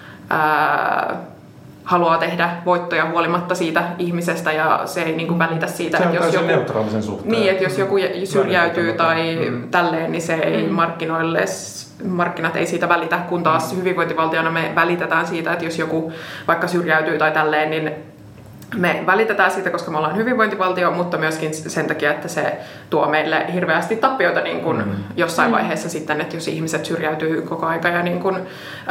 haluaa tehdä voittoja huolimatta siitä ihmisestä, ja se ei niinku välitä siitä, että jos joku neutraalisen suhteen. Niin, että jos joku syrjäytyy tai tälleen, niin se ei markkinat ei siitä välitä, kun taas hyvinvointivaltiona me välitetään siitä, että jos joku vaikka syrjäytyy tai tälleen, niin me välitetään siitä, koska me ollaan hyvinvointivaltio, mutta myöskin sen takia, että se tuo meille hirveästi tappioita niin kuin jossain vaiheessa sitten, että jos ihmiset syrjäytyy koko aika ja niin kuin,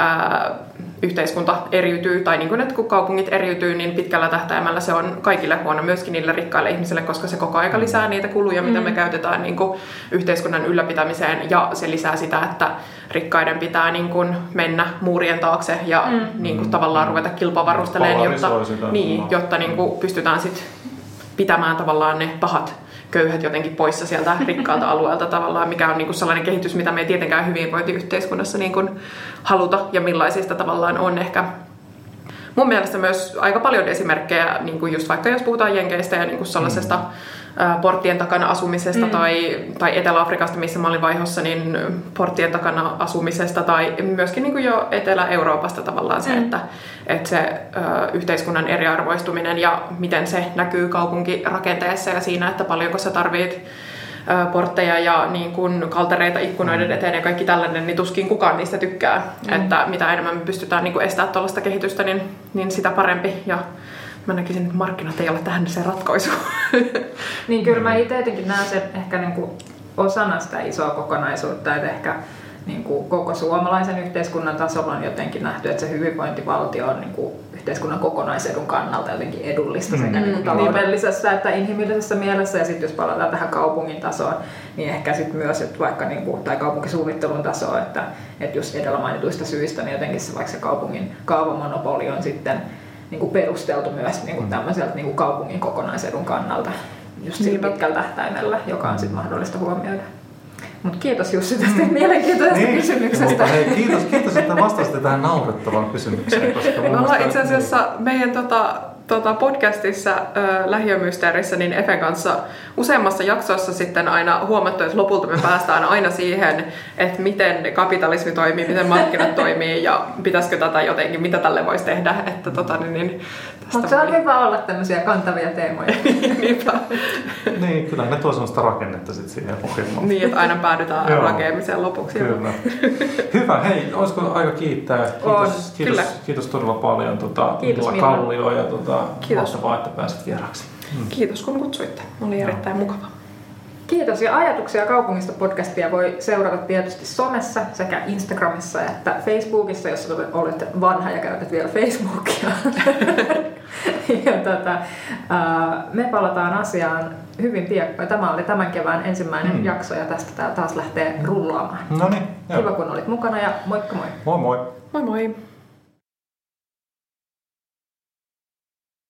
yhteiskunta eriytyy, tai niin kuin, että kun kaupungit eriytyy, niin pitkällä tähtäimellä se on kaikille huono, myöskin niille rikkaille ihmisille, koska se koko aika lisää niitä kuluja, mitä me käytetään niin kuin yhteiskunnan ylläpitämiseen, ja se lisää sitä, että rikkaiden pitää niin kuin mennä muurien taakse ja niin kuin tavallaan ruveta kilpavarustelemaan, jotta niin kuin pystytään sit pitämään tavallaan ne pahat köyhät jotenkin poissa sieltä rikkaalta alueelta tavallaan, mikä on niin kuin sellainen kehitys, mitä me ei tietenkään hyvinvointiyhteiskunnassa niin kuin haluta, ja millaisista tavallaan on ehkä mun mielestä myös aika paljon esimerkkejä, niin kuin just vaikka jos puhutaan jenkeistä ja niin kuin sellaisesta porttien takana asumisesta tai Etelä-Afrikasta, missä mä olin vaihossa, niin porttien takana asumisesta, tai myöskin niin kuin jo Etelä-Euroopasta tavallaan se, että se yhteiskunnan eriarvoistuminen ja miten se näkyy kaupunkirakenteessa ja siinä, että paljonko sä tarvit portteja ja niin kuin kaltereita ikkunoiden eteen ja kaikki tällainen, niin tuskin kukaan niistä tykkää. Että mitä enemmän me pystytään niin kuin estämään tuollaista kehitystä, niin sitä parempi. Ja mä näkisin, että markkinat ei ole tähän se ratkaisu. Niin kyllä mä itse jotenkin näen sen ehkä niin kuin osana sitä isoa kokonaisuutta, että ehkä niin kuin koko suomalaisen yhteiskunnan tasolla on jotenkin nähty, että se hyvinvointivaltio on niin kuin yhteiskunnan kokonaisedun kannalta jotenkin edullista sekä niin kuin taloudellisessa että inhimillisessä mielessä. Ja sitten jos palataan tähän kaupungin tasoon, niin ehkä sitten myös, että vaikka niin kuin, tai kaupunkisuunnittelun tasoa, että jos edellä mainituista syistä, niin jotenkin se, vaikka se kaupungin kaavamonopoli on sitten niin kuin perusteltu myös niin kuin tämmöiseltä niin kuin kaupungin kokonaisedun kannalta just sillä pitkällä tähtäimellä, joka on sitten mahdollista huomioida. Mutta kiitos Jussi tästä mielenkiintoisesta kysymyksestä. Mutta hei, kiitos, että vastasitte tähän naurettavaan kysymykseen. Koska me ollaan itse asiassa meidän podcastissa Lähiömysteerissä niin Efen kanssa useammassa jaksossa sitten aina huomattu, että lopulta me päästään aina siihen, että miten kapitalismi toimii, miten markkinat toimii ja pitäisikö tätä jotenkin, mitä tälle voisi tehdä. Mutta se on hyvä olla tämmöisiä kantavia teemoja. Niinpä. Niin, kyllä ne tuo sellaista rakennetta sitten siihen ohjelmaan. Niin, että aina päädytään rakeamiseen lopuksi. Kyllä. Hyvä, hei, olisiko aika kiittää? Kiitos todella paljon Milla Kallio ja mahtavaa, että pääsit vieraaksi. Kiitos kun kutsuitte. Oli erittäin mukava. Kiitos, ja Ajatuksia kaupungista podcastia voi seurata tietysti somessa sekä Instagramissa että Facebookissa, jos olet vanha ja käytät vielä Facebookia. Me palataan asiaan hyvin pian. Tämä oli tämän kevään ensimmäinen jakso ja tästä tämä taas lähtee rullaamaan. No niin. Kiva kun olit mukana ja moikka moi. Moi moi. Moi moi.